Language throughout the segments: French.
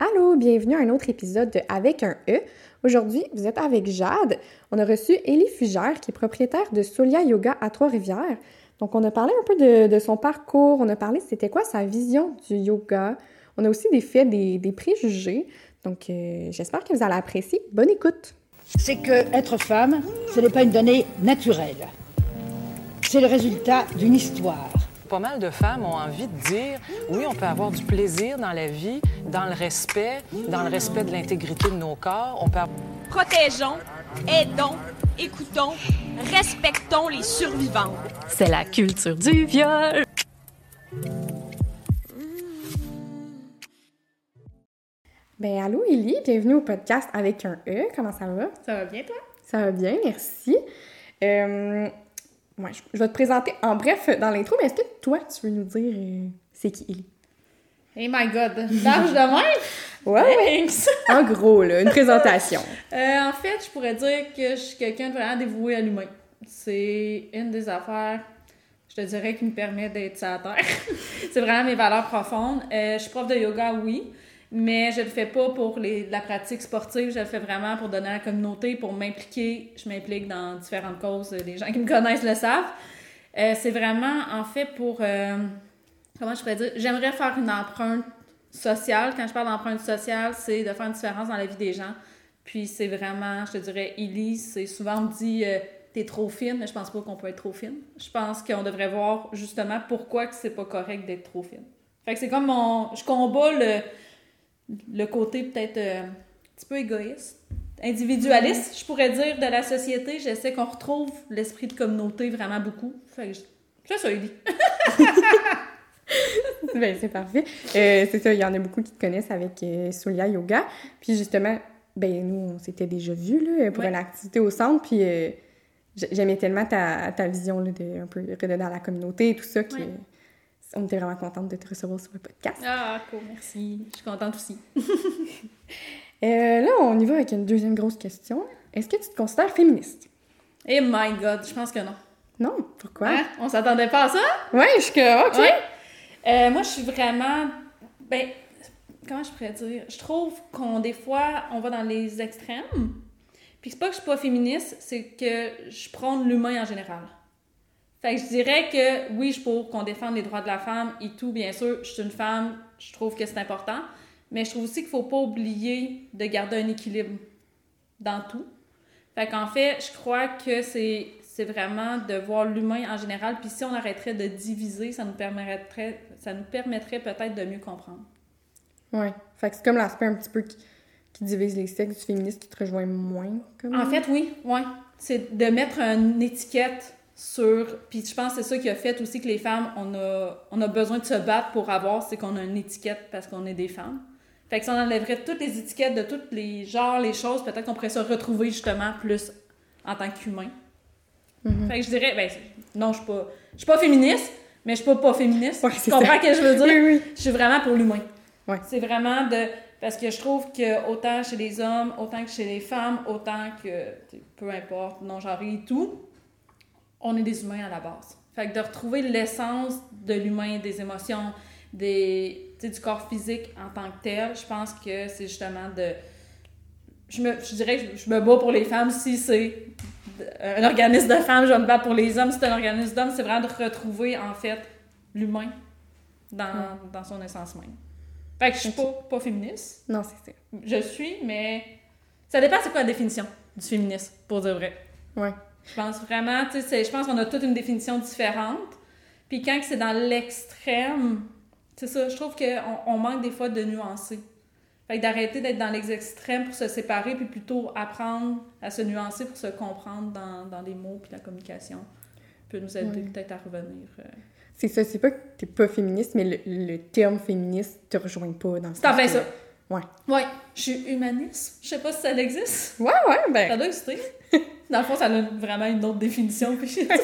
Allô, bienvenue à un autre épisode de Avec un E. Aujourd'hui, vous êtes avec Jade. On a reçu Élie Fugère, qui est propriétaire de Solia Yoga à Trois-Rivières. Donc, on a parlé un peu de son parcours, on a parlé c'était quoi sa vision du yoga. On a aussi des préjugés. Donc, j'espère que vous allez apprécier. Bonne écoute! C'est que être femme, ce n'est pas une donnée naturelle. C'est le résultat d'une histoire. Pas mal de femmes ont envie de dire, oui, on peut avoir du plaisir dans la vie, dans le respect de l'intégrité de nos corps. On peut... Protégeons, aidons, écoutons, respectons les survivantes. C'est la culture du viol. Ben allô Élie, bienvenue au podcast Avec un E. Comment ça va? Ça va bien, toi? Ça va bien, merci. Ouais, je vais te présenter en bref dans l'intro, mais est-ce que toi, tu veux nous dire c'est qui Élie? Hey my God! Large de même? Ouais. En gros, là, une présentation. En fait, je pourrais dire que je suis quelqu'un de vraiment dévoué à l'humain. C'est une des affaires, je te dirais, qui me permet d'être sur la terre. C'est vraiment mes valeurs profondes. Je suis prof de yoga, oui, mais je le fais pas pour la pratique sportive. Je le fais vraiment pour donner à la communauté, pour m'impliquer. Je m'implique dans différentes causes. Les gens qui me connaissent le savent. C'est vraiment, en fait, pour... comment je pourrais dire? J'aimerais faire une empreinte sociale. Quand je parle d'empreinte sociale, c'est de faire une différence dans la vie des gens. Puis c'est vraiment, je te dirais, Élie, c'est souvent on me dit t'es trop fine, mais je pense pas qu'on peut être trop fine. Je pense qu'on devrait voir justement pourquoi que c'est pas correct d'être trop fine. Fait que c'est comme je combats le côté peut-être un petit peu égoïste, individualiste, je pourrais dire, de la société. J'essaie qu'on retrouve l'esprit de communauté vraiment beaucoup. Fait que c'est ça, Élie. Ben, c'est parfait. C'est ça, il y en a beaucoup qui te connaissent avec Solia Yoga. Puis justement, ben nous, on s'était déjà vus là, pour une activité au centre. Puis j'aimais tellement ta vision là, de un peu redonner à la communauté et tout ça. On était vraiment contente de te recevoir sur le podcast. Ah, cool, merci. Je suis contente aussi. Là, on y va avec une deuxième grosse question. Est-ce que tu te considères féministe? Eh my God, je pense que non. Non? Pourquoi? Hein? On s'attendait pas à ça? Ouais, je suis que... OK. Ouais. Moi, je suis vraiment... Ben, comment je pourrais dire? Je trouve des fois, on va dans les extrêmes. Puis c'est pas que je suis pas féministe, c'est que je prône l'humain en général. Fait que je dirais que, oui, je suis pour qu'on défende les droits de la femme et tout, bien sûr. Je suis une femme, je trouve que c'est important. Mais je trouve aussi qu'il faut pas oublier de garder un équilibre dans tout. Fait qu'en fait, je crois que c'est vraiment de voir l'humain en général. Puis si on arrêterait de diviser, ça nous permettrait peut-être de mieux comprendre. Ouais. Fait que c'est comme l'aspect un petit peu qui divise les sexes du féministe qui te rejoint moins. Comme... En fait, oui. Ouais. C'est de mettre une étiquette sur... Puis je pense que c'est ça qui a fait aussi que les femmes, on a besoin de se battre pour avoir, c'est qu'on a une étiquette parce qu'on est des femmes. Fait que si on enlèverait toutes les étiquettes de tous les genres, les choses, peut-être qu'on pourrait se retrouver justement plus en tant qu'humain. Mm-hmm. Fait que je dirais, ben non, je suis pas féministe, mais je suis pas féministe. Ouais, tu comprends ce que je veux dire? Oui, oui. Je suis vraiment pour l'humain. Ouais. C'est vraiment parce que je trouve que autant chez les hommes, autant que chez les femmes, autant que, peu importe, non-genré et tout, on est des humains à la base. Fait que de retrouver l'essence de l'humain, des émotions, du corps physique en tant que tel, je pense que c'est justement je dirais que je me bats pour les femmes. Si c'est un organisme de femmes, je vais me battre pour les hommes. Si c'est un organisme d'hommes, c'est vraiment de retrouver, en fait, l'humain dans son essence même. Fait que je suis pas féministe. Non, c'est ça. Je suis, mais ça dépend c'est quoi la définition du féminisme, pour dire vrai. Ouais. Je pense vraiment, je pense qu'on a toute une définition différente. Puis quand c'est dans l'extrême, c'est ça, je trouve qu'on manque des fois de nuancer. Fait que d'arrêter d'être dans les extrêmes pour se séparer, puis plutôt apprendre à se nuancer pour se comprendre dans les mots puis la communication peut nous aider peut-être à revenir. C'est ça, c'est pas que t'es pas féministe, mais le terme féministe te rejoint pas dans ce C'est en fait ça. Ouais. Ouais, je suis humaniste. Je sais pas si ça existe. Ouais, ben... Ça doit exister. Dans le fond, ça a vraiment une autre définition. Puis je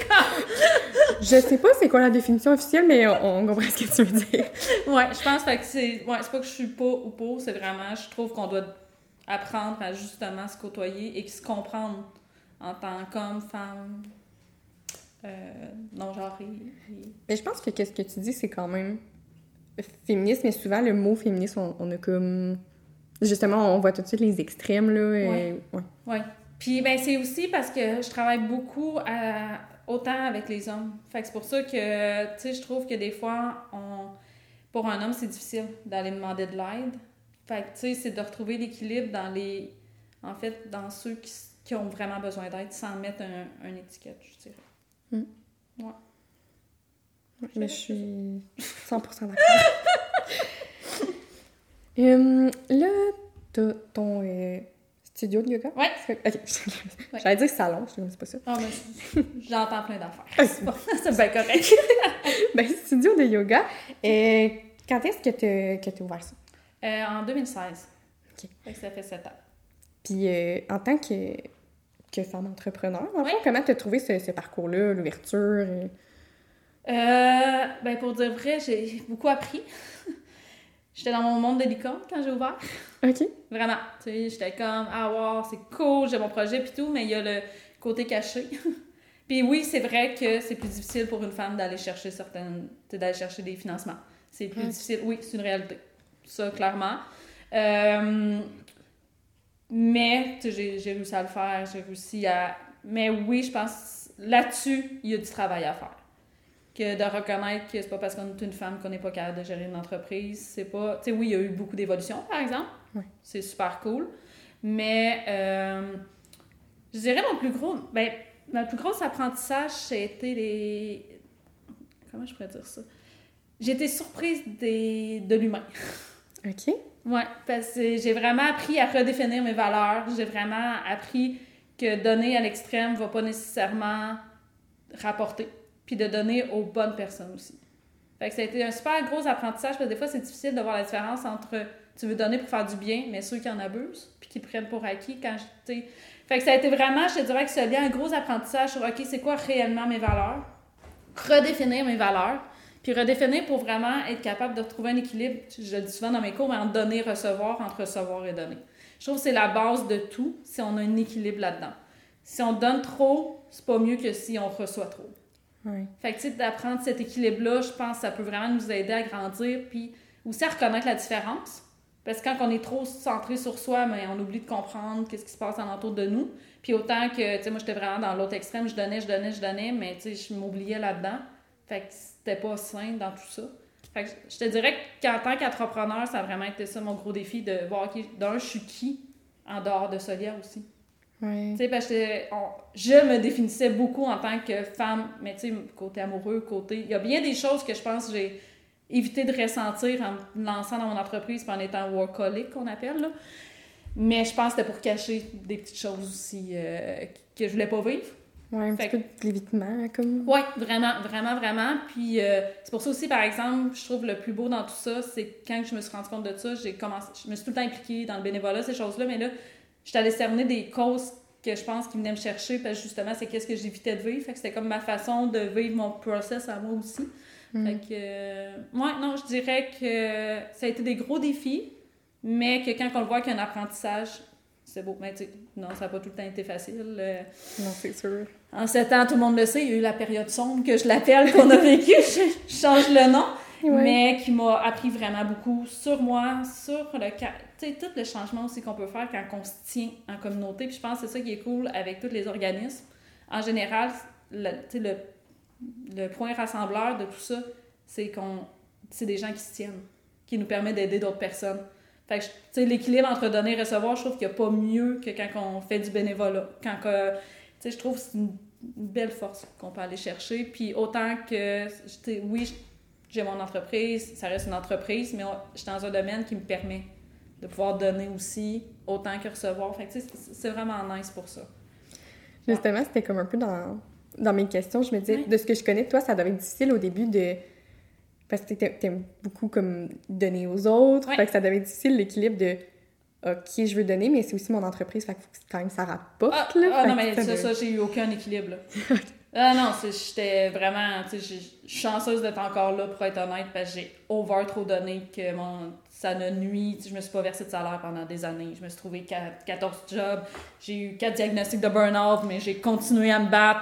sais pas c'est quoi la définition officielle, mais on comprend ce que tu veux dire. Ouais, je pense que c'est pas que je suis pas ou pour, c'est vraiment, je trouve qu'on doit apprendre à justement se côtoyer et se comprendre en tant qu'homme, femme, non-genrée. Mais je pense que qu'est-ce que tu dis, c'est quand même féministe, mais souvent, le mot féministe, on a comme... Justement, on voit tout de suite les extrêmes, là. Ouais. Ouais. Puis, ben, c'est aussi parce que je travaille beaucoup autant avec les hommes. Fait que c'est pour ça que, tu sais, je trouve que des fois, pour un homme, c'est difficile d'aller demander de l'aide. Fait que, tu sais, c'est de retrouver l'équilibre dans ceux qui ont vraiment besoin d'aide sans mettre un étiquette, je dirais. Ouais. Mais je suis 100% d'accord. Là, t'as ton studio de yoga? Ouais. OK. J'allais dire salon, je sais c'est pas ça. Ah, mais j'entends plein d'affaires. C'est bien correct. Ben, studio de yoga. Quand est-ce que t'as ouvert ça? En 2016. OK. Fait que ça fait 7 ans. Puis, en tant que femme entrepreneur, en fait, comment t'as trouvé ce parcours-là, l'ouverture? Ben, pour dire vrai, j'ai beaucoup appris. J'étais dans mon monde de licorne quand j'ai ouvert. OK. Vraiment. Tu sais, j'étais comme, ah wow, c'est cool, j'ai mon projet pis tout, mais il y a le côté caché. Puis oui, c'est vrai que c'est plus difficile pour une femme d'aller chercher d'aller chercher des financements. C'est plus difficile. Oui, c'est une réalité. Ça, clairement. Mais, tu sais, j'ai réussi à le faire, j'ai réussi à... Mais oui, je pense, là-dessus, il y a du travail à faire. Que de reconnaître que c'est pas parce qu'on est une femme qu'on n'est pas capable de gérer une entreprise. C'est pas... Tu sais, oui, il y a eu beaucoup d'évolutions, par exemple. Oui. C'est super cool. Mais, je dirais mon plus gros apprentissage, c'était les... Comment je pourrais dire ça? J'ai été surprise de l'humain. OK. Ouais, parce que j'ai vraiment appris à redéfinir mes valeurs. J'ai vraiment appris que donner à l'extrême va pas nécessairement rapporter. Puis de donner aux bonnes personnes aussi. Fait que ça a été un super gros apprentissage, parce que des fois, c'est difficile de voir la différence entre tu veux donner pour faire du bien, mais ceux qui en abusent, puis qui prennent pour acquis quand tu sais. Fait que ça a été vraiment, je te dirais que ça a lié un gros apprentissage sur, OK, c'est quoi réellement mes valeurs? Redéfinir mes valeurs, puis redéfinir pour vraiment être capable de retrouver un équilibre, je le dis souvent dans mes cours, mais entre donner, recevoir, entre recevoir et donner. Je trouve que c'est la base de tout, si on a un équilibre là-dedans. Si on donne trop, c'est pas mieux que si on reçoit trop. Oui. Fait que, tu sais, d'apprendre cet équilibre-là, je pense que ça peut vraiment nous aider à grandir, puis aussi à reconnaître la différence. Parce que quand on est trop centré sur soi, mais on oublie de comprendre qu'est-ce qui se passe alentour de nous. Puis autant que, tu sais, moi, j'étais vraiment dans l'autre extrême, je donnais, mais tu sais, je m'oubliais là-dedans. Fait que c'était pas sain dans tout ça. Fait que je te dirais qu'en tant qu'entrepreneur, ça a vraiment été ça mon gros défi, de voir, OK, je suis qui en dehors de Solia aussi. Oui. Tu sais, parce que je me définissais beaucoup en tant que femme, mais tu sais, côté amoureux, il y a bien des choses que je pense que j'ai évité de ressentir en me lançant dans mon entreprise et en étant workaholic, qu'on appelle, là. Mais je pense que c'était pour cacher des petites choses aussi que je voulais pas vivre. Oui, un petit peu de l'évitement, comme... Oui, vraiment, vraiment, vraiment. Puis c'est pour ça aussi, par exemple, je trouve le plus beau dans tout ça, c'est quand je me suis rendu compte de ça, je me suis tout le temps impliquée dans le bénévolat, ces choses-là, mais là, je suis allée cerner des causes que je pense qu'ils venaient me chercher, parce que justement, c'est qu'est-ce que j'évitais de vivre. Fait que c'était comme ma façon de vivre mon process à moi aussi. Fait que, non, je dirais que ça a été des gros défis, mais que quand on le voit qu'il y a un apprentissage, c'est beau. Mais tu sais, non, ça n'a pas tout le temps été facile. Non, c'est sûr. En 7 ans, tout le monde le sait, il y a eu la période sombre que je l'appelle, qu'on a vécue. Je change le nom. Ouais. Mais qui m'a appris vraiment beaucoup sur moi, sur tu sais, tout le changement aussi qu'on peut faire quand on se tient en communauté. Puis je pense que c'est ça qui est cool avec tous les organismes. En général, le point rassembleur de tout ça, c'est des gens qui se tiennent, qui nous permettent d'aider d'autres personnes. Fait que, tu sais, l'équilibre entre donner et recevoir, je trouve qu'il n'y a pas mieux que quand on fait du bénévolat. Tu sais, je trouve que c'est une belle force qu'on peut aller chercher. Puis autant que, oui, j'ai mon entreprise, ça reste une entreprise, mais je suis dans un domaine qui me permet de pouvoir donner aussi autant que recevoir. Fait que, tu sais, c'est vraiment nice pour ça. Justement, c'était comme un peu dans mes questions. Je me disais, de ce que je connais de toi, ça devait être difficile au début de... Parce que t'aimes beaucoup comme donner aux autres. Fait que ça devait être difficile, l'équilibre de OK, je veux donner, mais c'est aussi mon entreprise, fait qu'il faut que quand même ça rapporte. Non, mais ça, j'ai eu aucun équilibre, là. Non, j'étais vraiment, tu sais, je suis chanceuse d'être encore là, pour être honnête, parce que j'ai trop donné, que ça ne nuit. Je me suis pas versée de salaire pendant des années. Je me suis trouvé 14 jobs. J'ai eu 4 diagnostics de burn-out, mais j'ai continué à me battre.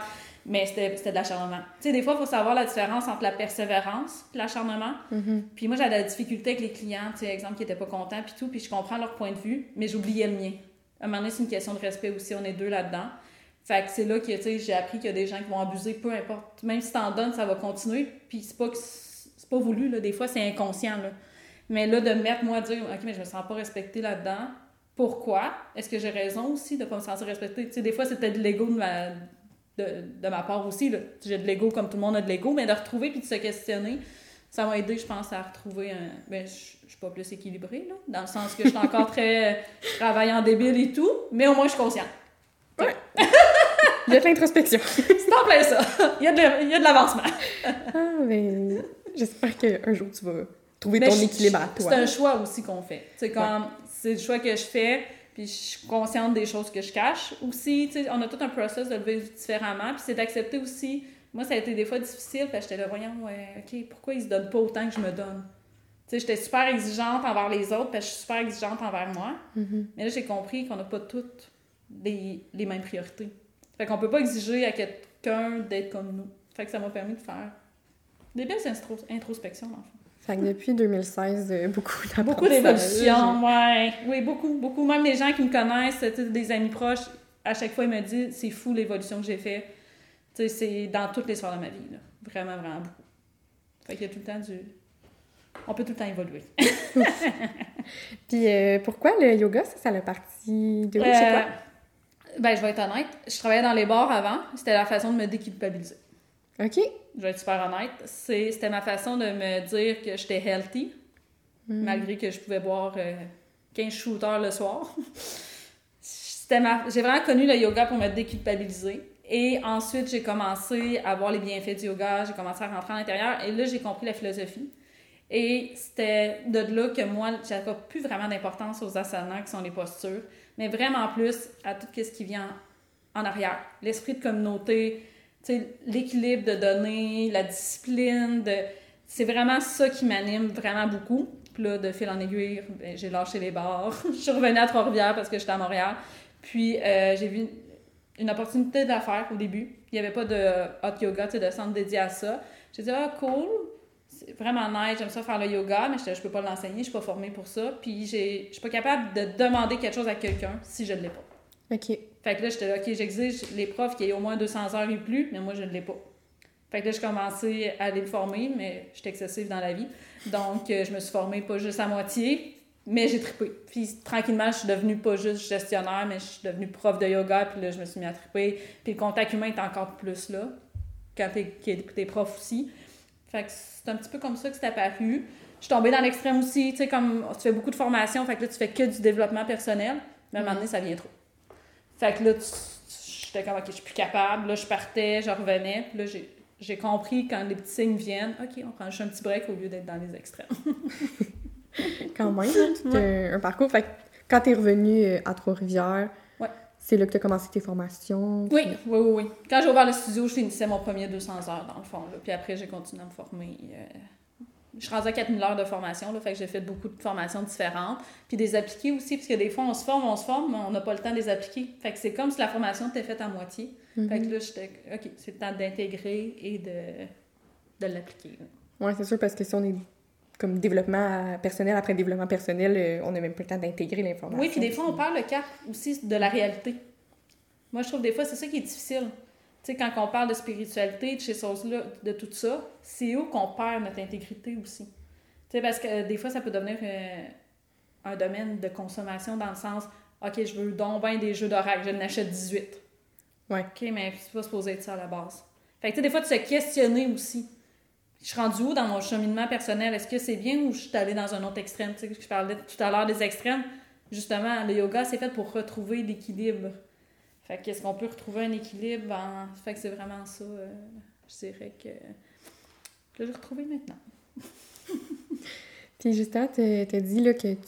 Mais c'était de l'acharnement. Tu sais, des fois, il faut savoir la différence entre la persévérance et l'acharnement. Puis moi, j'avais de la difficulté avec les clients, tu sais, exemple, qui n'étaient pas contents, puis tout, puis je comprends leur point de vue, mais j'oubliais le mien. À un moment donné, c'est une question de respect aussi, on est deux là-dedans. Fait que c'est là que, tu sais, j'ai appris qu'il y a des gens qui vont abuser, peu importe. Même si t'en donnes, ça va continuer, puis c'est pas voulu, là, des fois, c'est inconscient, là. Mais là, de mettre, moi, dire, OK, mais je me sens pas respectée là-dedans. Pourquoi? Est-ce que j'ai raison aussi de pas me sentir respectée? Tu sais, des fois, c'est peut-être de l'ego de ma part aussi, là. J'ai de l'ego comme tout le monde a de l'ego, mais de retrouver puis de se questionner, ça m'a aidé, je pense, à retrouver un... Ben, je suis pas plus équilibrée, là, dans le sens que je suis encore très... Je travaille en débile et tout, mais au moins, je suis consciente. Ouais. Il y a de l'introspection. C'est en plein ça. Il y a de l'avancement. Mais j'espère qu'un jour, tu vas trouver ton équilibre à toi. C'est un choix aussi qu'on fait. C'est comme... C'est le choix que je fais, puis je suis consciente des choses que je cache. Aussi, tu sais, on a tout un process de le vivre différemment, puis c'est d'accepter aussi... Moi, ça a été des fois difficile, parce que j'étais là, voyons, OK, pourquoi ils se donnent pas autant que je me donne? Tu sais, j'étais super exigeante envers les autres, parce que je suis super exigeante envers moi. Mais là, j'ai compris qu'on n'a pas toutes les mêmes priorités. Fait qu'on peut pas exiger à quelqu'un d'être comme nous. Fait que ça m'a permis de faire des belles introspections, dans le fond. Fait que depuis 2016, beaucoup d'apprentissage. Beaucoup d'évolution, ouais. Oui, beaucoup. Même les gens qui me connaissent, des amis proches, à chaque fois, ils me disent, c'est fou l'évolution que j'ai faite. Tu sais, c'est dans toutes les sphères de ma vie, là. Vraiment, vraiment beaucoup. Fait qu'il y a tout le temps on peut tout le temps évoluer. Puis pourquoi le yoga, ça l'a parti de où, chez toi? Ben, je vais être honnête. Je travaillais dans les bars avant. C'était la façon de me déculpabiliser. OK. Je vais être super honnête. C'était ma façon de me dire que j'étais healthy, malgré que je pouvais boire 15 shooters le soir. J'ai vraiment connu le yoga pour me déculpabiliser. Et ensuite, j'ai commencé à voir les bienfaits du yoga. J'ai commencé à rentrer à l'intérieur. Et là, j'ai compris la philosophie. Et c'était de là que moi, j'avais plus vraiment d'importance aux asanas, qui sont les postures, mais vraiment plus à tout ce qui vient en arrière. L'esprit de communauté, l'équilibre de donner, la discipline, c'est vraiment ça qui m'anime vraiment beaucoup. Puis là, de fil en aiguille, j'ai lâché les bars. Je suis revenue à Trois-Rivières parce que j'étais à Montréal. Puis j'ai vu une opportunité d'affaires au début. Il n'y avait pas de hot yoga, de centre dédié à ça. J'ai dit, cool, c'est vraiment nice, j'aime ça faire le yoga, mais je peux pas l'enseigner, je suis pas formée pour ça. Puis je suis pas capable de demander quelque chose à quelqu'un si je ne l'ai pas. OK. Fait que là, j'étais là, OK, j'exige les profs qui aient au moins 200 heures et plus, mais moi, je ne l'ai pas. Fait que là, j'ai commencé à aller le former, mais j'étais excessive dans la vie. Donc, je me suis formée pas juste à moitié, mais j'ai trippé. Puis, tranquillement, je suis devenue pas juste gestionnaire, mais je suis devenue prof de yoga, puis là, je me suis mis à tripper. Puis, le contact humain est encore plus là, quand t'es prof aussi. Fait que c'est un petit peu comme ça que c'est apparu. Je suis tombée dans l'extrême aussi, tu sais, comme tu fais beaucoup de formations, fait que là, tu fais que du développement personnel, mais à un moment donné, ça vient trop. Fait que là, j'étais comme, OK, je suis plus capable. Là, je partais, je revenais. Puis là, j'ai compris quand les petits signes viennent, OK, on prend juste un petit break au lieu d'être dans les extrêmes. Quand même, un parcours. Fait que quand t'es revenue à Trois-Rivières, c'est là que t'as commencé tes formations? Oui. Quand j'ai ouvert le studio, je finissais mon premier 200 heures, dans le fond. Là. Puis après, j'ai continué à me former. Je suis rendue à 4000 heures de formation, là, fait que j'ai fait beaucoup de formations différentes. Puis des appliquées aussi, parce que des fois, on se forme, mais on n'a pas le temps de les appliquer. Fait que c'est comme si la formation était faite à moitié. Fait que là, j'étais, OK, c'est le temps d'intégrer et de l'appliquer. Oui, c'est sûr, parce que si on est comme développement personnel après développement personnel, on n'a même pas le temps d'intégrer l'information. Oui, puis des fois, on perd le cap aussi de la réalité. Moi, je trouve des fois, c'est ça qui est difficile. Tu sais, quand on parle de spiritualité, de ces choses-là, de tout ça, c'est où qu'on perd notre intégrité aussi. Tu sais, parce que des fois, ça peut devenir un domaine de consommation dans le sens, OK, je veux donc bien des jeux d'oracle, je n'achète 18. Ouais. OK, mais c'est pas supposé être ça à la base. Fait que, tu sais, des fois, de se questionner aussi. Je suis rendue où dans mon cheminement personnel? Est-ce que c'est bien ou je suis allée dans un autre extrême? Tu sais, je parlais tout à l'heure des extrêmes. Justement, le yoga, c'est fait pour retrouver l'équilibre. Fait que est-ce qu'on peut retrouver un équilibre? Fait que c'est vraiment ça, je dirais que j'ai retrouvé maintenant. Puis justement, t'as dit là, que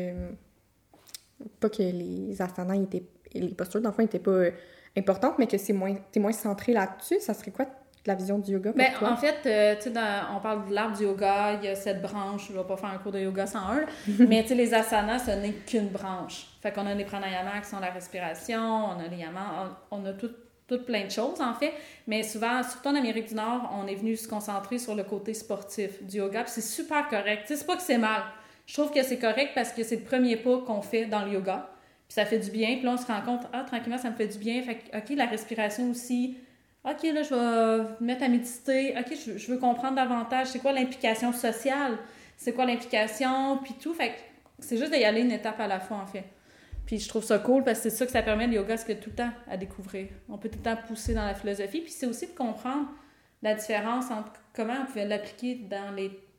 pas que les asanas les postures d'enfant n'étaient pas importantes, mais que t'es moins centré là-dessus. Ça serait quoi la vision du yoga pour toi? En fait, tu sais, on parle de l'arbre du yoga, il y a 7 branches, je vais pas faire un cours de yoga sans un, mais tu sais, les asanas, ce n'est qu'une branche. Fait qu'on a les pranayamas qui sont la respiration, on a les yamas, on a toutes toutes plein de choses, en fait. Mais souvent, surtout en Amérique du Nord, on est venu se concentrer sur le côté sportif du yoga. Puis c'est super correct. Tu sais, c'est pas que c'est mal. Je trouve que c'est correct parce que c'est le premier pas qu'on fait dans le yoga. Puis ça fait du bien. Puis là, on se rend compte, tranquillement, ça me fait du bien. Fait que, OK, la respiration aussi. OK, là, je vais me mettre à méditer. OK, je veux comprendre davantage. C'est quoi l'implication sociale? C'est quoi l'implication? Puis tout. Fait que c'est juste d'y aller une étape à la fois, en fait. Puis je trouve ça cool parce que c'est ça que ça permet, le yoga, c'est que tout le temps à découvrir. On peut tout le temps pousser dans la philosophie. Puis c'est aussi de comprendre la différence entre comment on pouvait l'appliquer dans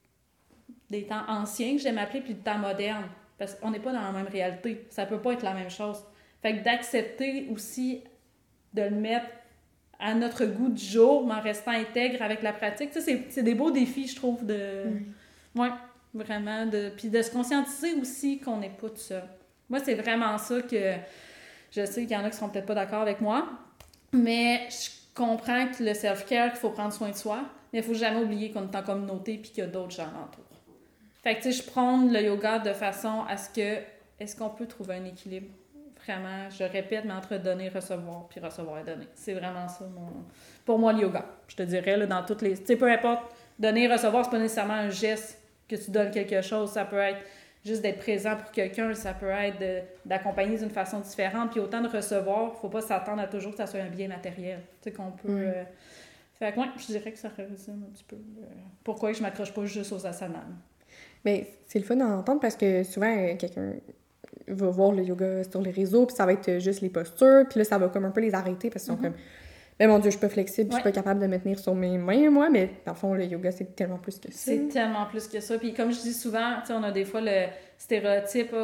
les temps anciens, que j'aime appeler, puis le temps moderne. Parce qu'on n'est pas dans la même réalité. Ça peut pas être la même chose. Fait que d'accepter aussi de le mettre à notre goût du jour, mais en restant intègre avec la pratique. Tu sais, c'est des beaux défis, je trouve, Ouais, vraiment. Puis de se conscientiser aussi qu'on n'est pas tout seul. Moi, c'est vraiment ça que je sais qu'il y en a qui seront peut-être pas d'accord avec moi, mais je comprends que le self-care, qu'il faut prendre soin de soi, mais il faut jamais oublier qu'on est en communauté puis qu'il y a d'autres gens autour. Fait que, tu sais, je prends le yoga de façon à ce que, est-ce qu'on peut trouver un équilibre? Vraiment, je répète, mais entre donner, recevoir, puis recevoir et donner. C'est vraiment ça, pour moi, le yoga. Je te dirais, là, dans toutes les... Tu sais, peu importe, donner, recevoir, c'est pas nécessairement un geste que tu donnes quelque chose. Ça peut être juste d'être présent pour quelqu'un, ça peut être d'accompagner d'une façon différente. Puis autant de recevoir, faut pas s'attendre à toujours que ça soit un bien matériel. Tu sais, qu'on peut... Fait que, ouais, je dirais que ça résume un petit peu pourquoi je m'accroche pas juste aux asanas. Mais c'est le fun d'en entendre parce que souvent, quelqu'un va voir le yoga sur les réseaux, puis ça va être juste les postures, puis là, ça va comme un peu les arrêter parce qu'ils sont comme « Ben mon Dieu, je suis pas flexible, je suis pas capable de me tenir sur mes mains, moi. » Mais dans le fond, le yoga, c'est tellement plus que ça. C'est tellement plus que ça. Puis comme je dis souvent, tu sais, on a des fois le stéréotype,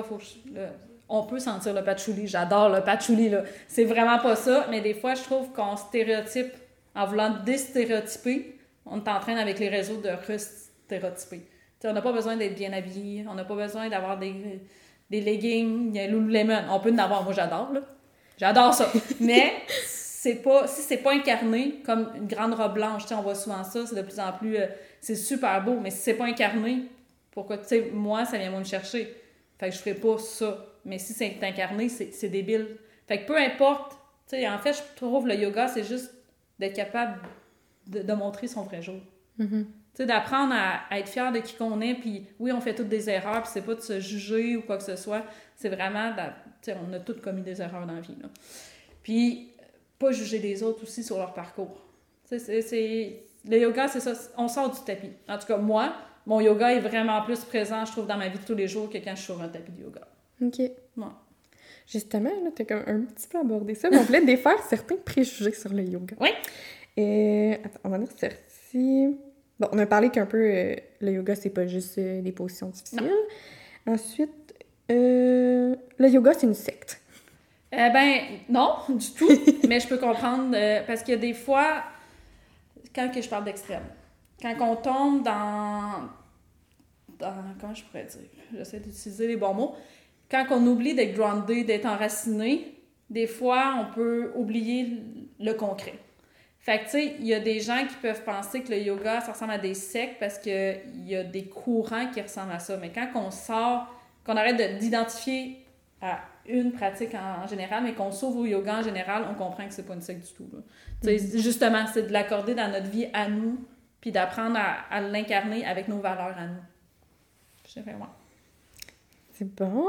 on peut sentir le patchouli. J'adore le patchouli, là. C'est vraiment pas ça, mais des fois, je trouve qu'on stéréotype en voulant déstéréotyper. On est en train, avec les réseaux, de re-stéréotyper. T'sais, on n'a pas besoin d'être bien habillé, on n'a pas besoin d'avoir des leggings, Lululemon. On peut en avoir, moi j'adore, là. J'adore ça. Mais si c'est pas incarné comme une grande robe blanche, on voit souvent ça, c'est de plus en plus, c'est super beau, mais si c'est pas incarné, pourquoi, tu sais, moi, ça vient moi me chercher. Fait que je ferais pas ça. Mais si c'est incarné, c'est débile. Fait que peu importe, tu sais, en fait, je trouve le yoga, c'est juste d'être capable de montrer son vrai jour. Mm-hmm. Tu sais, d'apprendre à être fier de qui qu'on est, puis oui, on fait toutes des erreurs, puis c'est pas de se juger ou quoi que ce soit, c'est vraiment, tu sais, on a tous commis des erreurs dans la vie, là. Puis, pas juger les autres aussi sur leur parcours. Tu sais, le yoga, c'est ça, on sort du tapis. En tout cas, moi, mon yoga est vraiment plus présent, je trouve, dans ma vie de tous les jours que quand je suis sur un tapis de yoga. OK. Ouais. Justement, là, t'as comme un petit peu abordé ça, mais on voulait défaire certains préjugés sur le yoga. Oui. Attends, on va dire ceci... Bon, on a parlé qu'un peu, le yoga, c'est pas juste des positions difficiles. Non. Ensuite, le yoga, c'est une secte. Non, du tout. Mais je peux comprendre, parce que des fois, quand que je parle d'extrême, quand on tombe dans... Comment je pourrais dire? J'essaie d'utiliser les bons mots. Quand on oublie d'être groundé, d'être enraciné, des fois, on peut oublier le concret. Fait que, tu sais, il y a des gens qui peuvent penser que le yoga, ça ressemble à des sectes parce qu'il y a des courants qui ressemblent à ça. Mais quand on sort, qu'on arrête d'identifier à une pratique en général, mais qu'on s'ouvre au yoga en général, on comprend que c'est pas une secte du tout. Tu sais, justement, c'est de l'accorder dans notre vie à nous, puis d'apprendre à l'incarner avec nos valeurs à nous. Je dirais, ouais. C'est bon.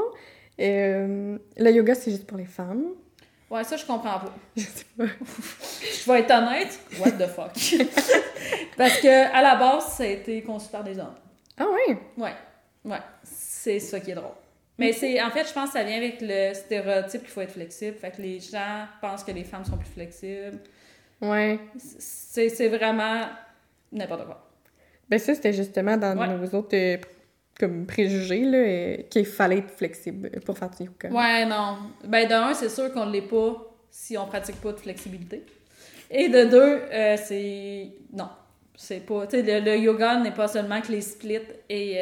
Le yoga, c'est juste pour les femmes. Ouais, ça, je comprends pas. Je sais pas. Je vais être honnête. What the fuck? Parce que à la base, ça a été conçu par des hommes. Ah ouais? Ouais. C'est ça qui est drôle. Mais en fait, je pense que ça vient avec le stéréotype qu'il faut être flexible. Fait que les gens pensent que les femmes sont plus flexibles. Ouais. C'est vraiment n'importe quoi. Ben ça, c'était justement dans nos autres comme préjugés, là, qu'il fallait être flexible pour faire du yoga. Ouais, non. Ben de un, c'est sûr qu'on ne l'est pas si on pratique pas de flexibilité. Et de deux, c'est... Non. C'est pas... Tu sais, le yoga n'est pas seulement que les splits et...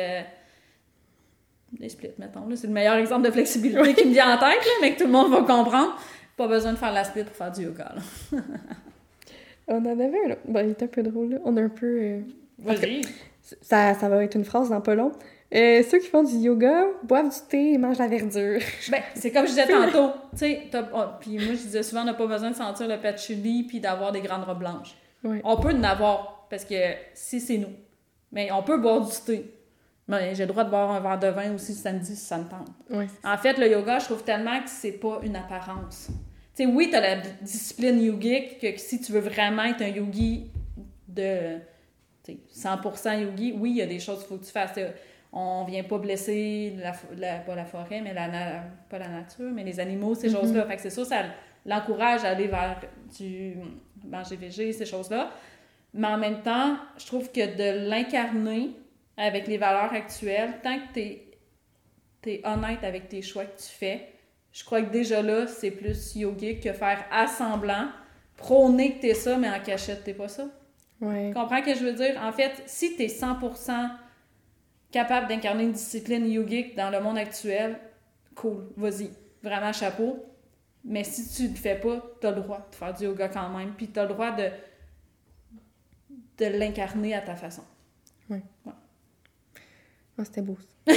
les splits, mettons. Là, c'est le meilleur exemple de flexibilité qui me vient en tête, là, mais que tout le monde va comprendre. Pas besoin de faire la split pour faire du yoga, là. On en avait un, là. Bon, il est un peu drôle, là. On a un peu... Vas-y. Ça va être une phrase dans pas long. Ceux qui font du yoga boivent du thé et mangent la verdure. Ben, c'est comme je disais tantôt, tu sais, puis moi, je disais souvent, on n'a pas besoin de sentir le patchouli puis d'avoir des grandes robes blanches. Ouais. On peut en avoir, parce que si c'est nous. Mais on peut boire du thé. Mais j'ai le droit de boire un verre de vin aussi samedi si ça me tente. Ouais. En fait, le yoga, je trouve tellement que c'est pas une apparence. Tu sais, oui, t'as la discipline yogique, que si tu veux vraiment être un yogi de 100% yogi, oui, il y a des choses qu'il faut que tu fasses. On vient pas blesser pas la forêt, mais pas la nature, mais les animaux, ces choses-là. Fait que c'est sûr, ça l'encourage à aller vers du manger végé, ces choses-là. Mais en même temps, je trouve que de l'incarner avec les valeurs actuelles, tant que t'es honnête avec tes choix que tu fais, je crois que déjà là, c'est plus yogique que faire assemblant, prôner que t'es ça, mais en cachette, t'es pas ça. Ouais. Tu comprends ce que je veux dire? En fait, si t'es 100% capable d'incarner une discipline yogique dans le monde actuel, cool, vas-y, vraiment chapeau. Mais si tu le fais pas, t'as le droit de faire du yoga quand même, puis t'as le droit de l'incarner à ta façon. Ouais. Ouais. Oh, c'était beau, ça.